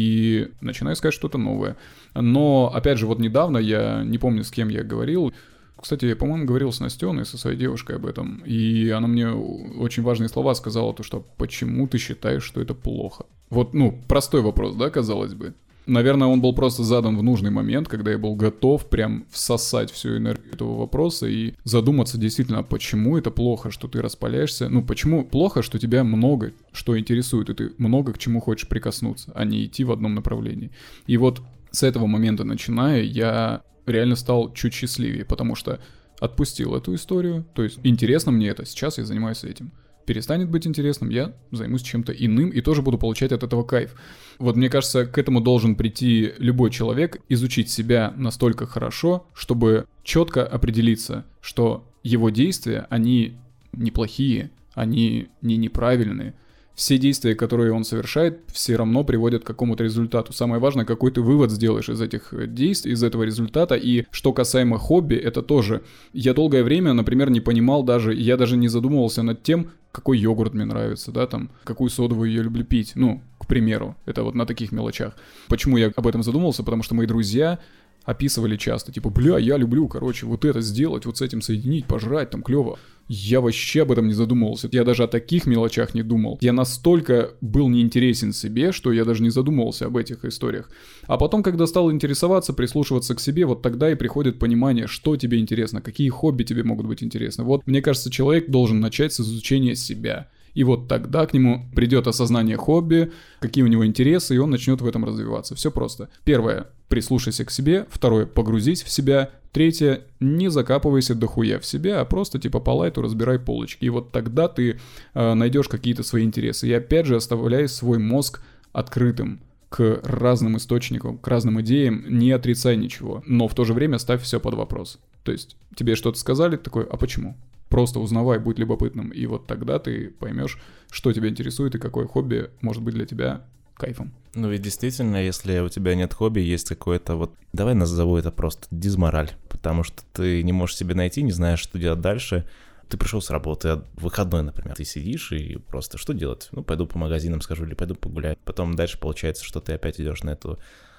И начинаю искать что-то новое. Но, опять же, вот недавно, я не помню, с кем я говорил, кстати, я, по-моему, говорил с Настеной, со своей девушкой об этом, и она мне очень важные слова сказала, то что почему ты считаешь, что это плохо? Вот, ну, простой вопрос, да, казалось бы. Наверное, он был просто задан в нужный момент, когда я был готов прям всосать всю энергию этого вопроса и задуматься действительно, почему это плохо, что ты распаляешься. Ну, почему плохо, что тебя много что интересует, и ты много к чему хочешь прикоснуться, а не идти в одном направлении. И вот с этого момента начиная, я реально стал чуть счастливее, потому что отпустил эту историю, то есть интересно мне это, сейчас я занимаюсь этим. Перестанет быть интересным, я займусь чем-то иным и тоже буду получать от этого кайф. Вот мне кажется, к этому должен прийти любой человек, изучить себя настолько хорошо, чтобы четко определиться, что его действия, они неплохие, они не неправильные. Все действия, которые он совершает, все равно приводят к какому-то результату. Самое важное, какой ты вывод сделаешь из этих действий, из этого результата. И что касаемо хобби, это тоже. Я долгое время, например, не понимал даже, я даже не задумывался над тем, какой йогурт мне нравится, да, там, какую содовую я люблю пить. Ну, к примеру, это вот на таких мелочах. Почему я об этом задумался? Потому что мои друзья описывали часто, типа, бля, я люблю, короче, вот это сделать, вот с этим соединить, пожрать, там, клево. Я вообще об этом не задумывался, я даже о таких мелочах не думал. Я настолько был неинтересен себе, что я даже не задумывался об этих историях. А потом, когда стал интересоваться, прислушиваться к себе, вот тогда и приходит понимание, что тебе интересно, какие хобби тебе могут быть интересны. Вот, мне кажется, человек должен начать с изучения себя. И вот тогда к нему придет осознание хобби, какие у него интересы, и он начнет в этом развиваться. Все просто. Первое — прислушайся к себе. Второе — погрузись в себя. Третье — не закапывайся дохуя в себя, а просто типа по лайту разбирай полочки. И вот тогда ты э, найдешь какие-то свои интересы. И опять же оставляй свой мозг открытым к разным источникам, к разным идеям, не отрицай ничего. Но в то же время ставь все под вопрос. То есть тебе что-то сказали, такой, а почему? Просто узнавай, будь любопытным, и вот тогда ты поймешь, что тебя интересует и какое хобби может быть для тебя кайфом. Ну ведь действительно, если у тебя нет хобби, есть какое-то вот... Давай назову это просто дизмораль, потому что ты не можешь себе найти, не знаешь, что делать дальше. Ты пришел с работы, выходной, например, ты сидишь и просто что делать? Ну, пойду по магазинам схожу или пойду погуляю. Потом дальше получается, что ты опять идешь на эту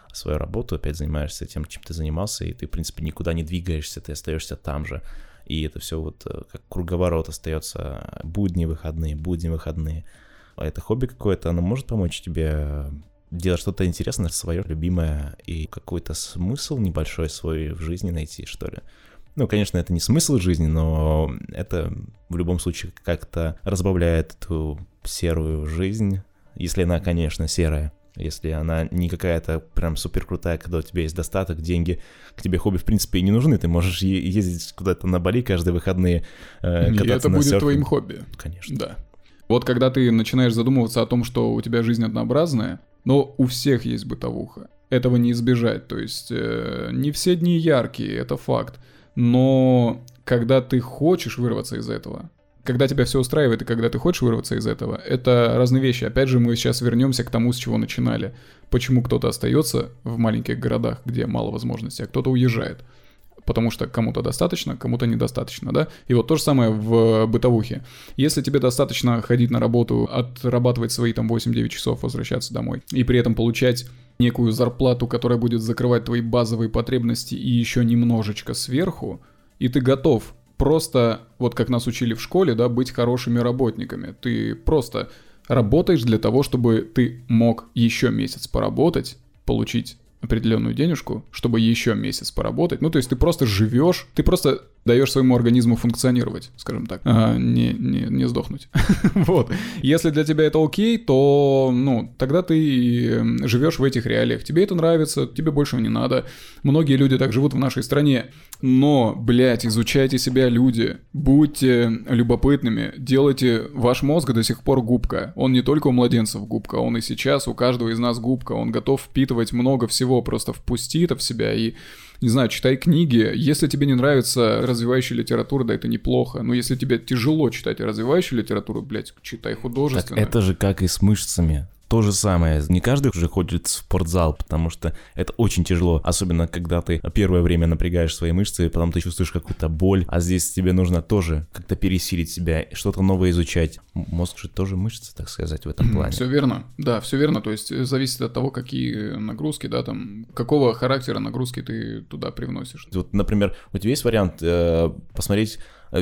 свою работу, опять занимаешься тем, чем ты занимался, и ты, в принципе, никуда не двигаешься, ты остаешься там же. И это все вот как круговорот остается, будни, выходные, будни, выходные. А это хобби какое-то, оно может помочь тебе делать что-то интересное, свое любимое, и какой-то смысл небольшой свой в жизни найти, что ли. Ну, конечно, это не смысл жизни, но это в любом случае как-то разбавляет эту серую жизнь, если она, конечно, серая. Если она не какая-то прям супер крутая, когда у тебя есть достаток, деньги, к тебе хобби в принципе и не нужны, ты можешь е- ездить куда-то на Бали каждые выходные, э, кататься и это на будет серфе. твоим хобби. Конечно. Да. Вот когда ты начинаешь задумываться о том, что у тебя жизнь однообразная, но у всех есть бытовуха, этого не избежать, то есть э, не все дни яркие, это факт, но когда ты хочешь вырваться из этого, когда тебя все устраивает и когда ты хочешь вырваться из этого, это разные вещи. Опять же, мы сейчас вернемся к тому, с чего начинали. Почему кто-то остается в маленьких городах, где мало возможностей, а кто-то уезжает. Потому что кому-то достаточно, кому-то недостаточно, да? И вот то же самое в бытовухе. Если тебе достаточно ходить на работу, отрабатывать свои там восемь-девять часов, возвращаться домой, и при этом получать некую зарплату, которая будет закрывать твои базовые потребности и еще немножечко сверху, и ты готов просто, вот как нас учили в школе, да, быть хорошими работниками. Ты просто работаешь для того, чтобы ты мог еще месяц поработать, получить определенную денежку, чтобы еще месяц поработать. Ну, то есть ты просто живешь, ты просто даешь своему организму функционировать, скажем так, а, не, не, не сдохнуть. Вот. Если для тебя это окей, то, ну, тогда ты живешь в этих реалиях. Тебе это нравится, тебе больше не надо. Многие люди так живут в нашей стране. Но, блядь, изучайте себя, люди. Будьте любопытными. Делайте... Ваш мозг до сих пор губка. Он не только у младенцев губка, он и сейчас у каждого из нас губка. Он готов впитывать много всего. Просто впусти это в себя и... Не знаю, читай книги. Если тебе не нравится развивающая литература, да, это неплохо. Но если тебе тяжело читать развивающую литературу, блядь, читай художественную. Так это же как и с мышцами. То же самое. Не каждый уже ходит в спортзал, потому что это очень тяжело. Особенно, когда ты первое время напрягаешь свои мышцы, и потом ты чувствуешь какую-то боль. А здесь тебе нужно тоже как-то пересилить себя, что-то новое изучать. Мозг же тоже мышцы, так сказать, в этом плане. Все верно. Да, все верно. То есть зависит от того, какие нагрузки, да, там, какого характера нагрузки ты туда привносишь. Вот, например, у тебя есть вариант э, посмотреть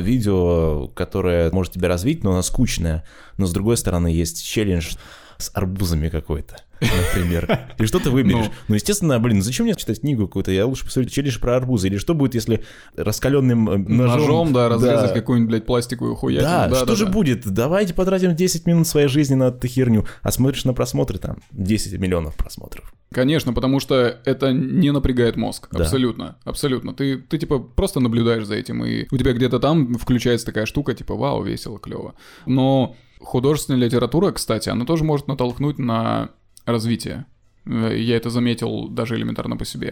видео, которое может тебя развить, но оно скучное. Но с другой стороны, есть челлендж с арбузами какой-то, например. И что ты выберешь? Ну, ну, естественно, блин, зачем мне читать книгу какую-то? Я лучше посмотрю челлендж про арбузы. Или что будет, если раскаленным ножом... Ножом, да, разрезать да. какую-нибудь, блядь, пластиковую хуятину. Да, да, что да, же да. будет? Давайте потратим десять минут своей жизни на эту херню, а смотришь на просмотры, там, десять миллионов просмотров. Конечно, потому что это не напрягает мозг. Да. Абсолютно, абсолютно. Ты, ты, типа, просто наблюдаешь за этим, и у тебя где-то там включается такая штука, типа, вау, весело, клево. Но художественная литература, кстати, она тоже может натолкнуть на развитие. Я это заметил даже элементарно по себе.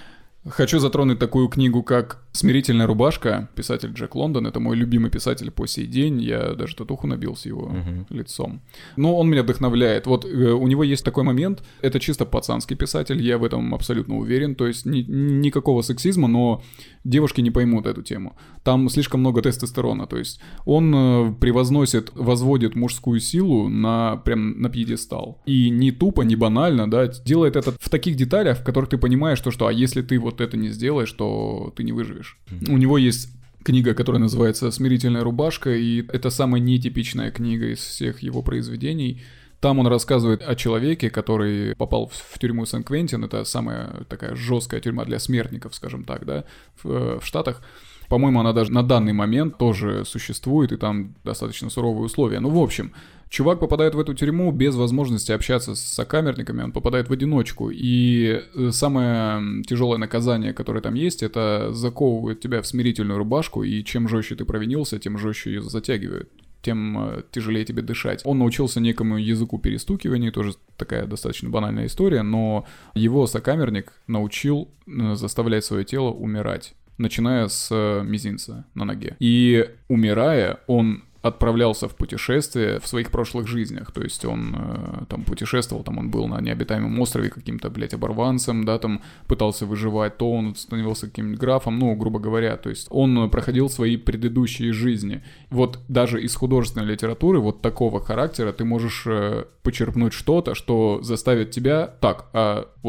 Хочу затронуть такую книгу, как «Смирительная рубашка». Писатель Джек Лондон. Это мой любимый писатель по сей день. Я даже татуху набил с его uh-huh. лицом. Но он меня вдохновляет. Вот э, у него есть такой момент. Это чисто пацанский писатель. Я в этом абсолютно уверен. То есть ни, никакого сексизма, но девушки не поймут эту тему. Там слишком много тестостерона. То есть он э, превозносит, возводит мужскую силу на, прям на пьедестал. И не тупо, не банально, да, делает это в таких деталях, в которых ты понимаешь, что, что а если ты вот это не сделаешь, то ты не выживешь. Mm-hmm. У него есть книга, которая называется «Смирительная рубашка», и это самая нетипичная книга из всех его произведений. Там он рассказывает о человеке, который попал в тюрьму Сен-Квентин. Это самая такая жесткая тюрьма для смертников, скажем так, да, в, в Штатах. По-моему, она даже на данный момент тоже существует, и там достаточно суровые условия. Ну, в общем, чувак попадает в эту тюрьму без возможности общаться с сокамерниками, он попадает в одиночку. И самое тяжелое наказание, которое там есть, это заковывают тебя в смирительную рубашку, и чем жестче ты провинился, тем жестче ее затягивают, тем тяжелее тебе дышать. Он научился некому языку перестукивания, тоже такая достаточно банальная история, но его сокамерник научил заставлять свое тело умирать, начиная с мизинца на ноге. И умирая, он отправлялся в путешествие в своих прошлых жизнях, то есть он э, там путешествовал, там он был на необитаемом острове каким-то, блядь, оборванцем, да, там пытался выживать, то он становился каким-нибудь графом, ну, грубо говоря, то есть он проходил свои предыдущие жизни. Вот даже из художественной литературы вот такого характера ты можешь э, почерпнуть что-то, что заставит тебя так, а вот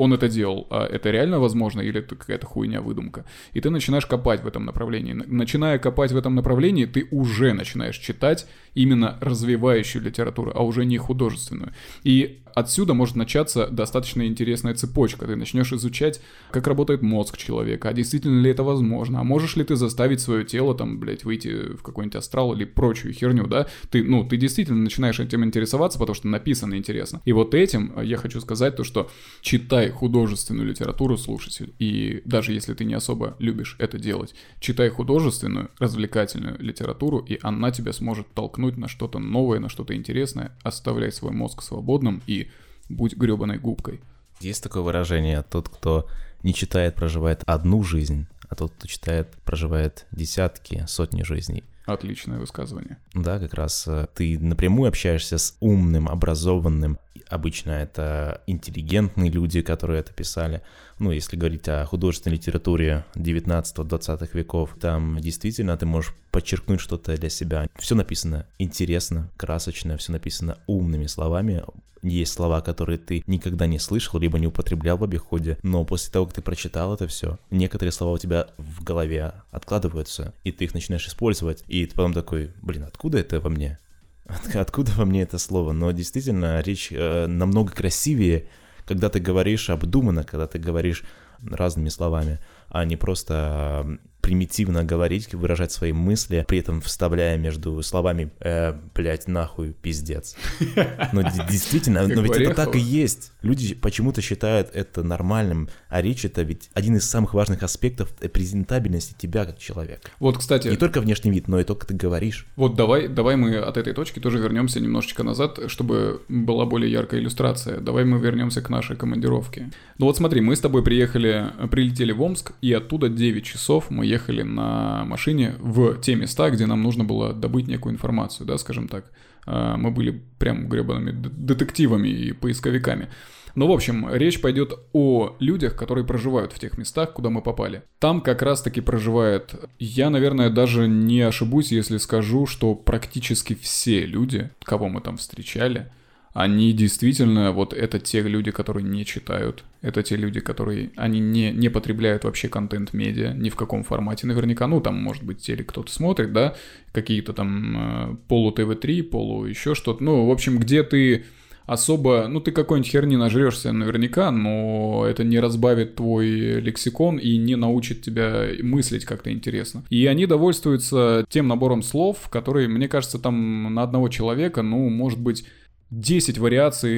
он это делал, а это реально возможно или это какая-то хуйня, выдумка. И ты начинаешь копать в этом направлении. Начиная копать в этом направлении, ты уже начинаешь читать именно развивающую литературу, а уже не художественную. И отсюда может начаться достаточно интересная цепочка. Ты начнешь изучать, как работает мозг человека, а действительно ли это возможно, а можешь ли ты заставить свое тело, там, блядь, выйти в какой-нибудь астрал или прочую херню, да? Ты, ну, ты действительно начинаешь этим интересоваться, потому что написано интересно. И вот этим я хочу сказать то, что читай художественную литературу, слушатель, и даже если ты не особо любишь это делать, читай художественную, развлекательную литературу, и она тебя сможет толкнуть на что-то новое, на что-то интересное, оставляй свой мозг свободным и будь гребаной губкой. Есть такое выражение: тот, кто не читает, проживает одну жизнь, а тот, кто читает, проживает десятки, сотни жизней. Отличное высказывание. Да, как раз ты напрямую общаешься с умным, образованным. Обычно это интеллигентные люди, которые это писали. Ну, если говорить о художественной литературе девятнадцатого-двадцатых веков, там действительно ты можешь подчеркнуть что-то для себя. Все написано интересно, красочно, все написано умными словами. Есть слова, которые ты никогда не слышал, либо не употреблял в обиходе, но после того, как ты прочитал это все, некоторые слова у тебя в голове откладываются, и ты их начинаешь использовать, и ты потом такой: блин, откуда это во мне? От, откуда во мне это слово? Но действительно, речь э, намного красивее, когда ты говоришь обдуманно, когда ты говоришь разными словами, а не просто примитивно говорить, выражать свои мысли, при этом вставляя между словами э, блять, нахуй, пиздец. Но действительно, но ведь это так и есть. Люди почему-то считают это нормальным, а речь — это ведь один из самых важных аспектов презентабельности тебя как человека. Вот, кстати... Не только внешний вид, но и то, как ты говоришь. Вот давай, давай мы от этой точки тоже вернемся немножечко назад, чтобы была более яркая иллюстрация. Давай мы вернемся к нашей командировке. Ну вот смотри, мы с тобой приехали, прилетели в Омск, и оттуда девять часов мы ехали на машине в те места, где нам нужно было добыть некую информацию, да, скажем так. Мы были прям гребаными детективами и поисковиками. Ну, в общем, речь пойдет о людях, которые проживают в тех местах, куда мы попали. Там как раз-таки проживает, я, наверное, даже не ошибусь, если скажу, что практически все люди, кого мы там встречали, они действительно, вот это те люди, которые не читают, это те люди, которые, они не, не потребляют вообще контент-медиа, ни в каком формате наверняка, ну, там, может быть, телек кто-то смотрит, да, какие-то там э, полу-ТВ три, полу еще что-то, ну, в общем, где ты особо, ну, ты какой-нибудь херни нажрешься наверняка, но это не разбавит твой лексикон и не научит тебя мыслить как-то интересно. И они довольствуются тем набором слов, который, мне кажется, там на одного человека, ну, может быть, десять вариаций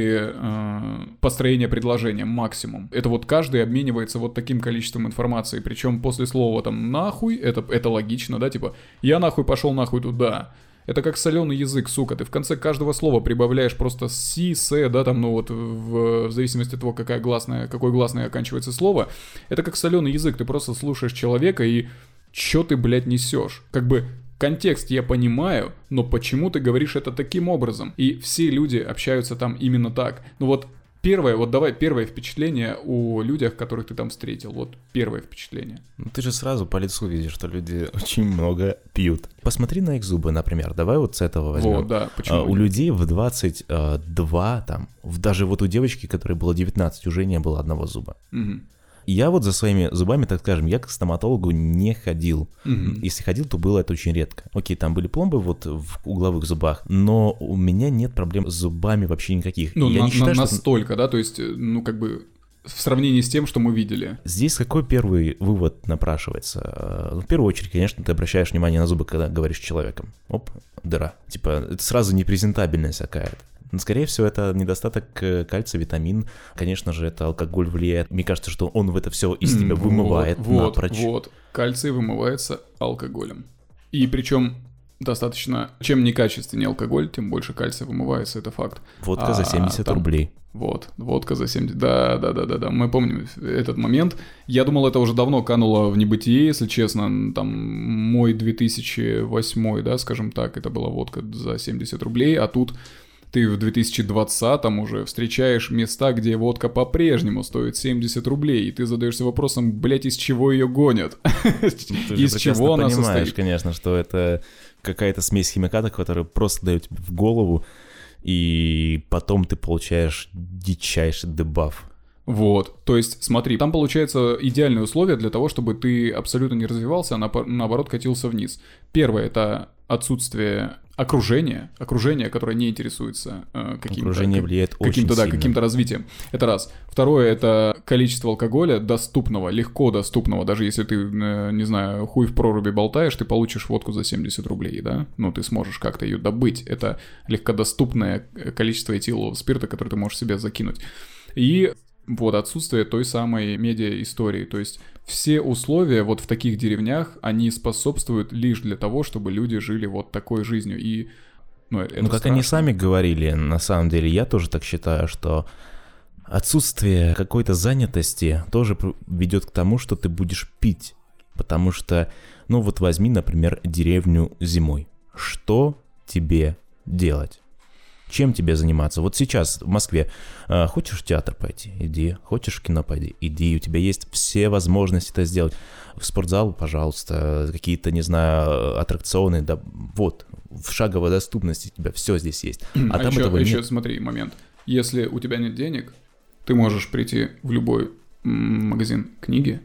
э, построения предложения максимум. Это вот каждый обменивается вот таким количеством информации. Причем после слова там «нахуй» это, это логично, да, типа «я нахуй пошел нахуй туда». Это как соленый язык, сука. Ты в конце каждого слова прибавляешь просто си, с, да, там, ну вот в, в зависимости от того, какая гласная, какой гласной оканчивается слово. Это как соленый язык. Ты просто слушаешь человека и чё ты, блядь, несешь? Как бы контекст я понимаю, но почему ты говоришь это таким образом? И все люди общаются там именно так. Ну вот первое, вот давай первое впечатление о людях, которых ты там встретил. Вот первое впечатление. Ну ты же сразу по лицу видишь, что люди очень много пьют. Посмотри на их зубы, например. Давай вот с этого возьмем. Вот, да, почему? А, у людей в двадцать два, там, даже вот у девочки, которой было девятнадцать, уже не было одного зуба. Угу. Я вот за своими зубами, так скажем, я к стоматологу не ходил. Mm-hmm. Если ходил, то было это очень редко. Окей, там были пломбы вот в угловых зубах, но у меня нет проблем с зубами вообще никаких. Ну, я на, не считаю, на, что... настолько, да, то есть, ну, как бы, в сравнении с тем, что мы видели. Здесь какой первый вывод напрашивается? В первую очередь, конечно, ты обращаешь внимание на зубы, когда говоришь с человеком. Оп, дыра. Типа, это сразу непрезентабельность какая-то. Но, скорее всего, это недостаток кальция, витамин. Конечно же, это алкоголь влияет. Мне кажется, что он в это все из тебя вымывает вот, напрочь. Вот, вот. Кальций вымывается алкоголем. И причем достаточно... Чем некачественнее алкоголь, тем больше кальция вымывается, это факт. Водка а, за семьдесят там... рублей. Вот, водка за семьдесят... Да, да, да, да, да, мы помним этот момент. Я думал, это уже давно кануло в небытие, если честно. Там мой две тысячи восьмой, да, скажем так, это была водка за семьдесят рублей, а тут... Ты в две тысячи двадцатом уже встречаешь места, где водка по-прежнему стоит семьдесят рублей, и ты задаешься вопросом, блять, из чего ее гонят? Из чего она состоит? Ты понимаешь, конечно, что это какая-то смесь химикатов, которые просто дают тебе в голову, и потом ты получаешь дичайший дебаф. Вот, то есть, смотри, там получается идеальные условия для того, чтобы ты абсолютно не развивался, а на- наоборот катился вниз. Первое — это отсутствие окружения, окружение, которое не интересуется э, каким-то, Окружение как- влияет очень каким-то, да, сильно. каким-то развитием. Это раз. Второе — это количество алкоголя доступного, легко доступного. Даже если ты, э, не знаю, хуй в проруби болтаешь, ты получишь водку за семьдесят рублей, да? Ну, ты сможешь как-то ее добыть. Это легкодоступное количество этилового спирта, который ты можешь себе закинуть. И вот отсутствие той самой медиа-истории. То есть все условия вот в таких деревнях, они способствуют лишь для того, чтобы люди жили вот такой жизнью. И, ну, это Ну, как страшно. они сами говорили, на самом деле, я тоже так считаю, что отсутствие какой-то занятости тоже ведет к тому, что ты будешь пить. Потому что, ну вот возьми, например, деревню зимой. Что тебе делать? Чем тебе заниматься? Вот сейчас в Москве э, хочешь в театр пойти? Иди. Хочешь в кино пойди? Иди. У тебя есть все возможности это сделать. В спортзал, пожалуйста, какие-то, не знаю, аттракционы, да, вот, в шаговой доступности у тебя все здесь есть. А, А, там еще, этого еще нет. смотри, момент. Если у тебя нет денег, ты можешь прийти в любой м, магазин книги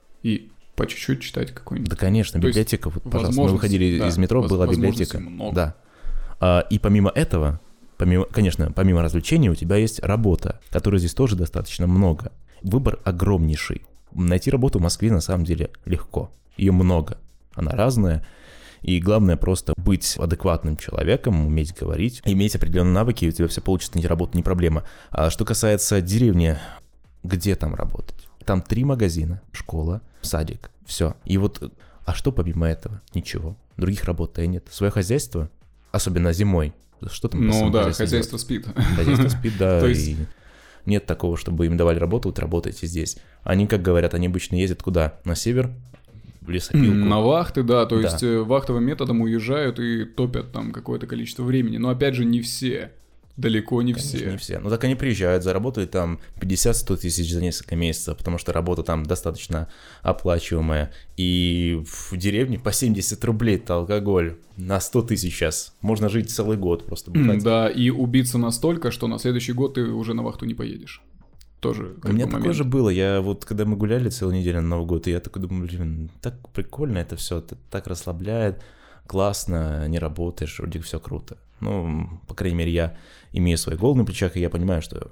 и по чуть-чуть читать какой-нибудь. Да, конечно, То есть библиотека, вот, пожалуйста, мы возможностей, выходили да, из метро, воз- была возможностей библиотека. много. Да. А, и помимо этого, помимо, конечно, помимо развлечений, у тебя есть работа, которой здесь тоже достаточно много. Выбор огромнейший. Найти работу в Москве на самом деле легко. Ее много. Она разная. И главное просто быть адекватным человеком, уметь говорить, иметь определенные навыки, и у тебя все получится, найти работу не проблема. А что касается деревни, где там работать? Там три магазина, школа, садик, все. И вот, а что помимо этого? Ничего. Других работ-то и нет. Свое хозяйство, особенно зимой, что там по Ну своему да, хозяйству хозяйство спит. делать? Хозяйство спит, да, То есть- и нет такого, чтобы им давали работу, вот работайте здесь. Они, как говорят, они обычно ездят куда? На север, в лесопилку. На вахты, да, то Да. есть э, вахтовым методом уезжают и топят там какое-то количество времени. Но опять же, не все. Далеко не Конечно, все. не все. Ну так они приезжают, заработают там пятьдесят-сто тысяч за несколько месяцев, потому что работа там достаточно оплачиваемая. И в деревне по семьдесят рублей это алкоголь на сто тысяч сейчас. Можно жить целый год просто. М, бухать. Да, и убиться настолько, что на следующий год ты уже на вахту не поедешь. Тоже У как меня бы такое момент. же было. Я вот, когда мы гуляли целую неделю на Новый год, и я такой думаю, блин, так прикольно это все, это так расслабляет, классно, не работаешь, вроде все круто. Ну, по крайней мере, я имею свой гол на плечах, и я понимаю, что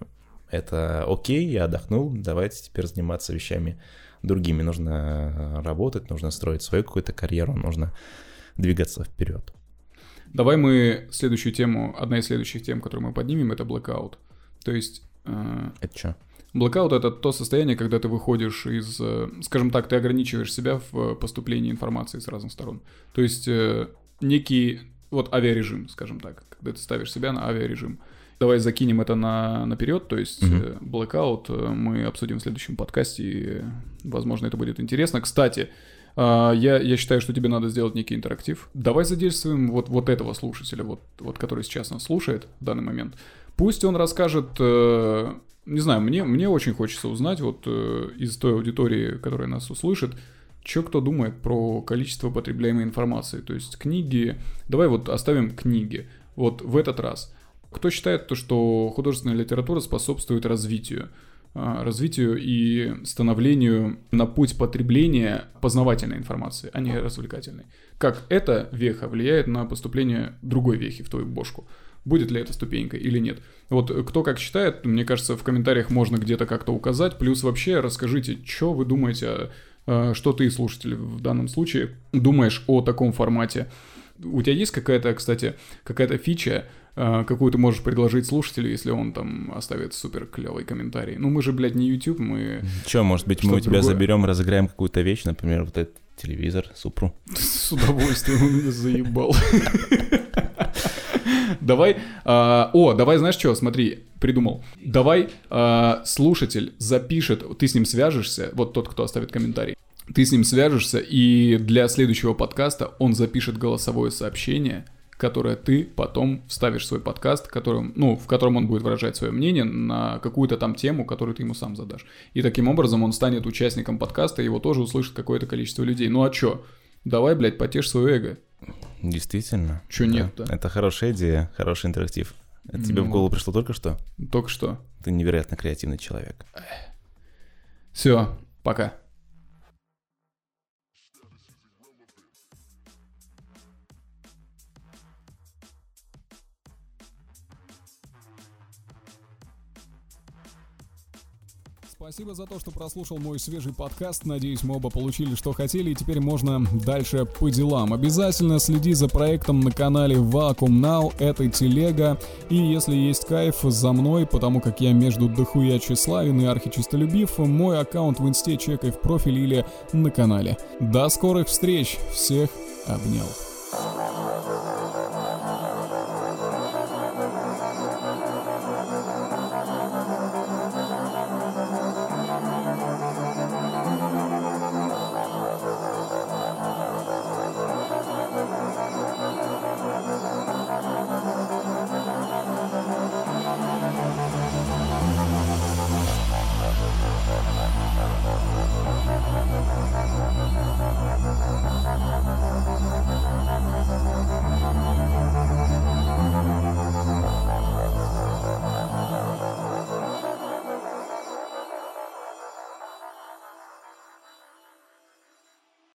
это окей, я отдохнул, давайте теперь заниматься вещами другими. Нужно работать, нужно строить свою какую-то карьеру, нужно двигаться вперед. Давай мы следующую тему, одна из следующих тем, которую мы поднимем, это blackout. То есть э, Это что? blackout — это то состояние, когда ты выходишь из, э, скажем так, ты ограничиваешь себя в поступлении информации с разных сторон. То есть э, некий вот авиарежим, скажем так, когда ты ставишь себя на авиарежим. Давай закинем это на, наперед, то есть Мгм. э, blackout э, мы обсудим в следующем подкасте, и, э, возможно, это будет интересно. Кстати, а, я, я считаю, что тебе надо сделать некий интерактив. Давай задействуем вот, вот этого слушателя, вот, вот который сейчас нас слушает в данный момент. Пусть он расскажет, э, не знаю, мне, мне очень хочется узнать вот э, из той аудитории, которая нас услышит, что кто думает про количество потребляемой информации. То есть книги, давай вот оставим книги. Вот в этот раз. Кто считает то, что художественная литература способствует развитию? развитию и становлению на путь потребления познавательной информации, а не развлекательной. Как эта веха влияет на поступление другой вехи в твою бошку? Будет ли это ступенькой или нет? Вот кто как считает, мне кажется, в комментариях можно где-то как-то указать. Плюс вообще расскажите, что вы думаете, что ты, слушатель, в данном случае думаешь о таком формате. У тебя есть какая-то, кстати, какая-то фича, какую ты можешь предложить слушателю, если он там оставит супер клевый комментарий? Ну, мы же, блядь, не YouTube, мы... Че, может быть, мы Что-то у тебя другое. заберем, разыграем какую-то вещь, например, вот этот телевизор, Супру. С удовольствием, он меня заебал. Давай, а, о, давай, знаешь что, смотри, придумал. Давай а, слушатель запишет, ты с ним свяжешься, вот тот, кто оставит комментарий, ты с ним свяжешься, и для следующего подкаста он запишет голосовое сообщение, которое ты потом вставишь в свой подкаст, которым, ну, в котором он будет выражать свое мнение на какую-то там тему, которую ты ему сам задашь. И таким образом он станет участником подкаста, и его тоже услышит какое-то количество людей. Ну а чё? Давай, блядь, потешь свое эго. Действительно. Чё Да. нет-то? Это хорошая идея, хороший интерактив. Это тебе Ну. в голову пришло только что? Только что. Ты невероятно креативный человек. Все, пока. Спасибо за то, что прослушал мой свежий подкаст. Надеюсь, мы оба получили, что хотели, и теперь можно дальше по делам. Обязательно следи за проектом на канале Vacuum Now, это телега. И если есть кайф за мной, потому как я между дохуя тщеславен и архичистолюбив, мой аккаунт в инсте чекай в профиле или на канале. До скорых встреч, всех обнял.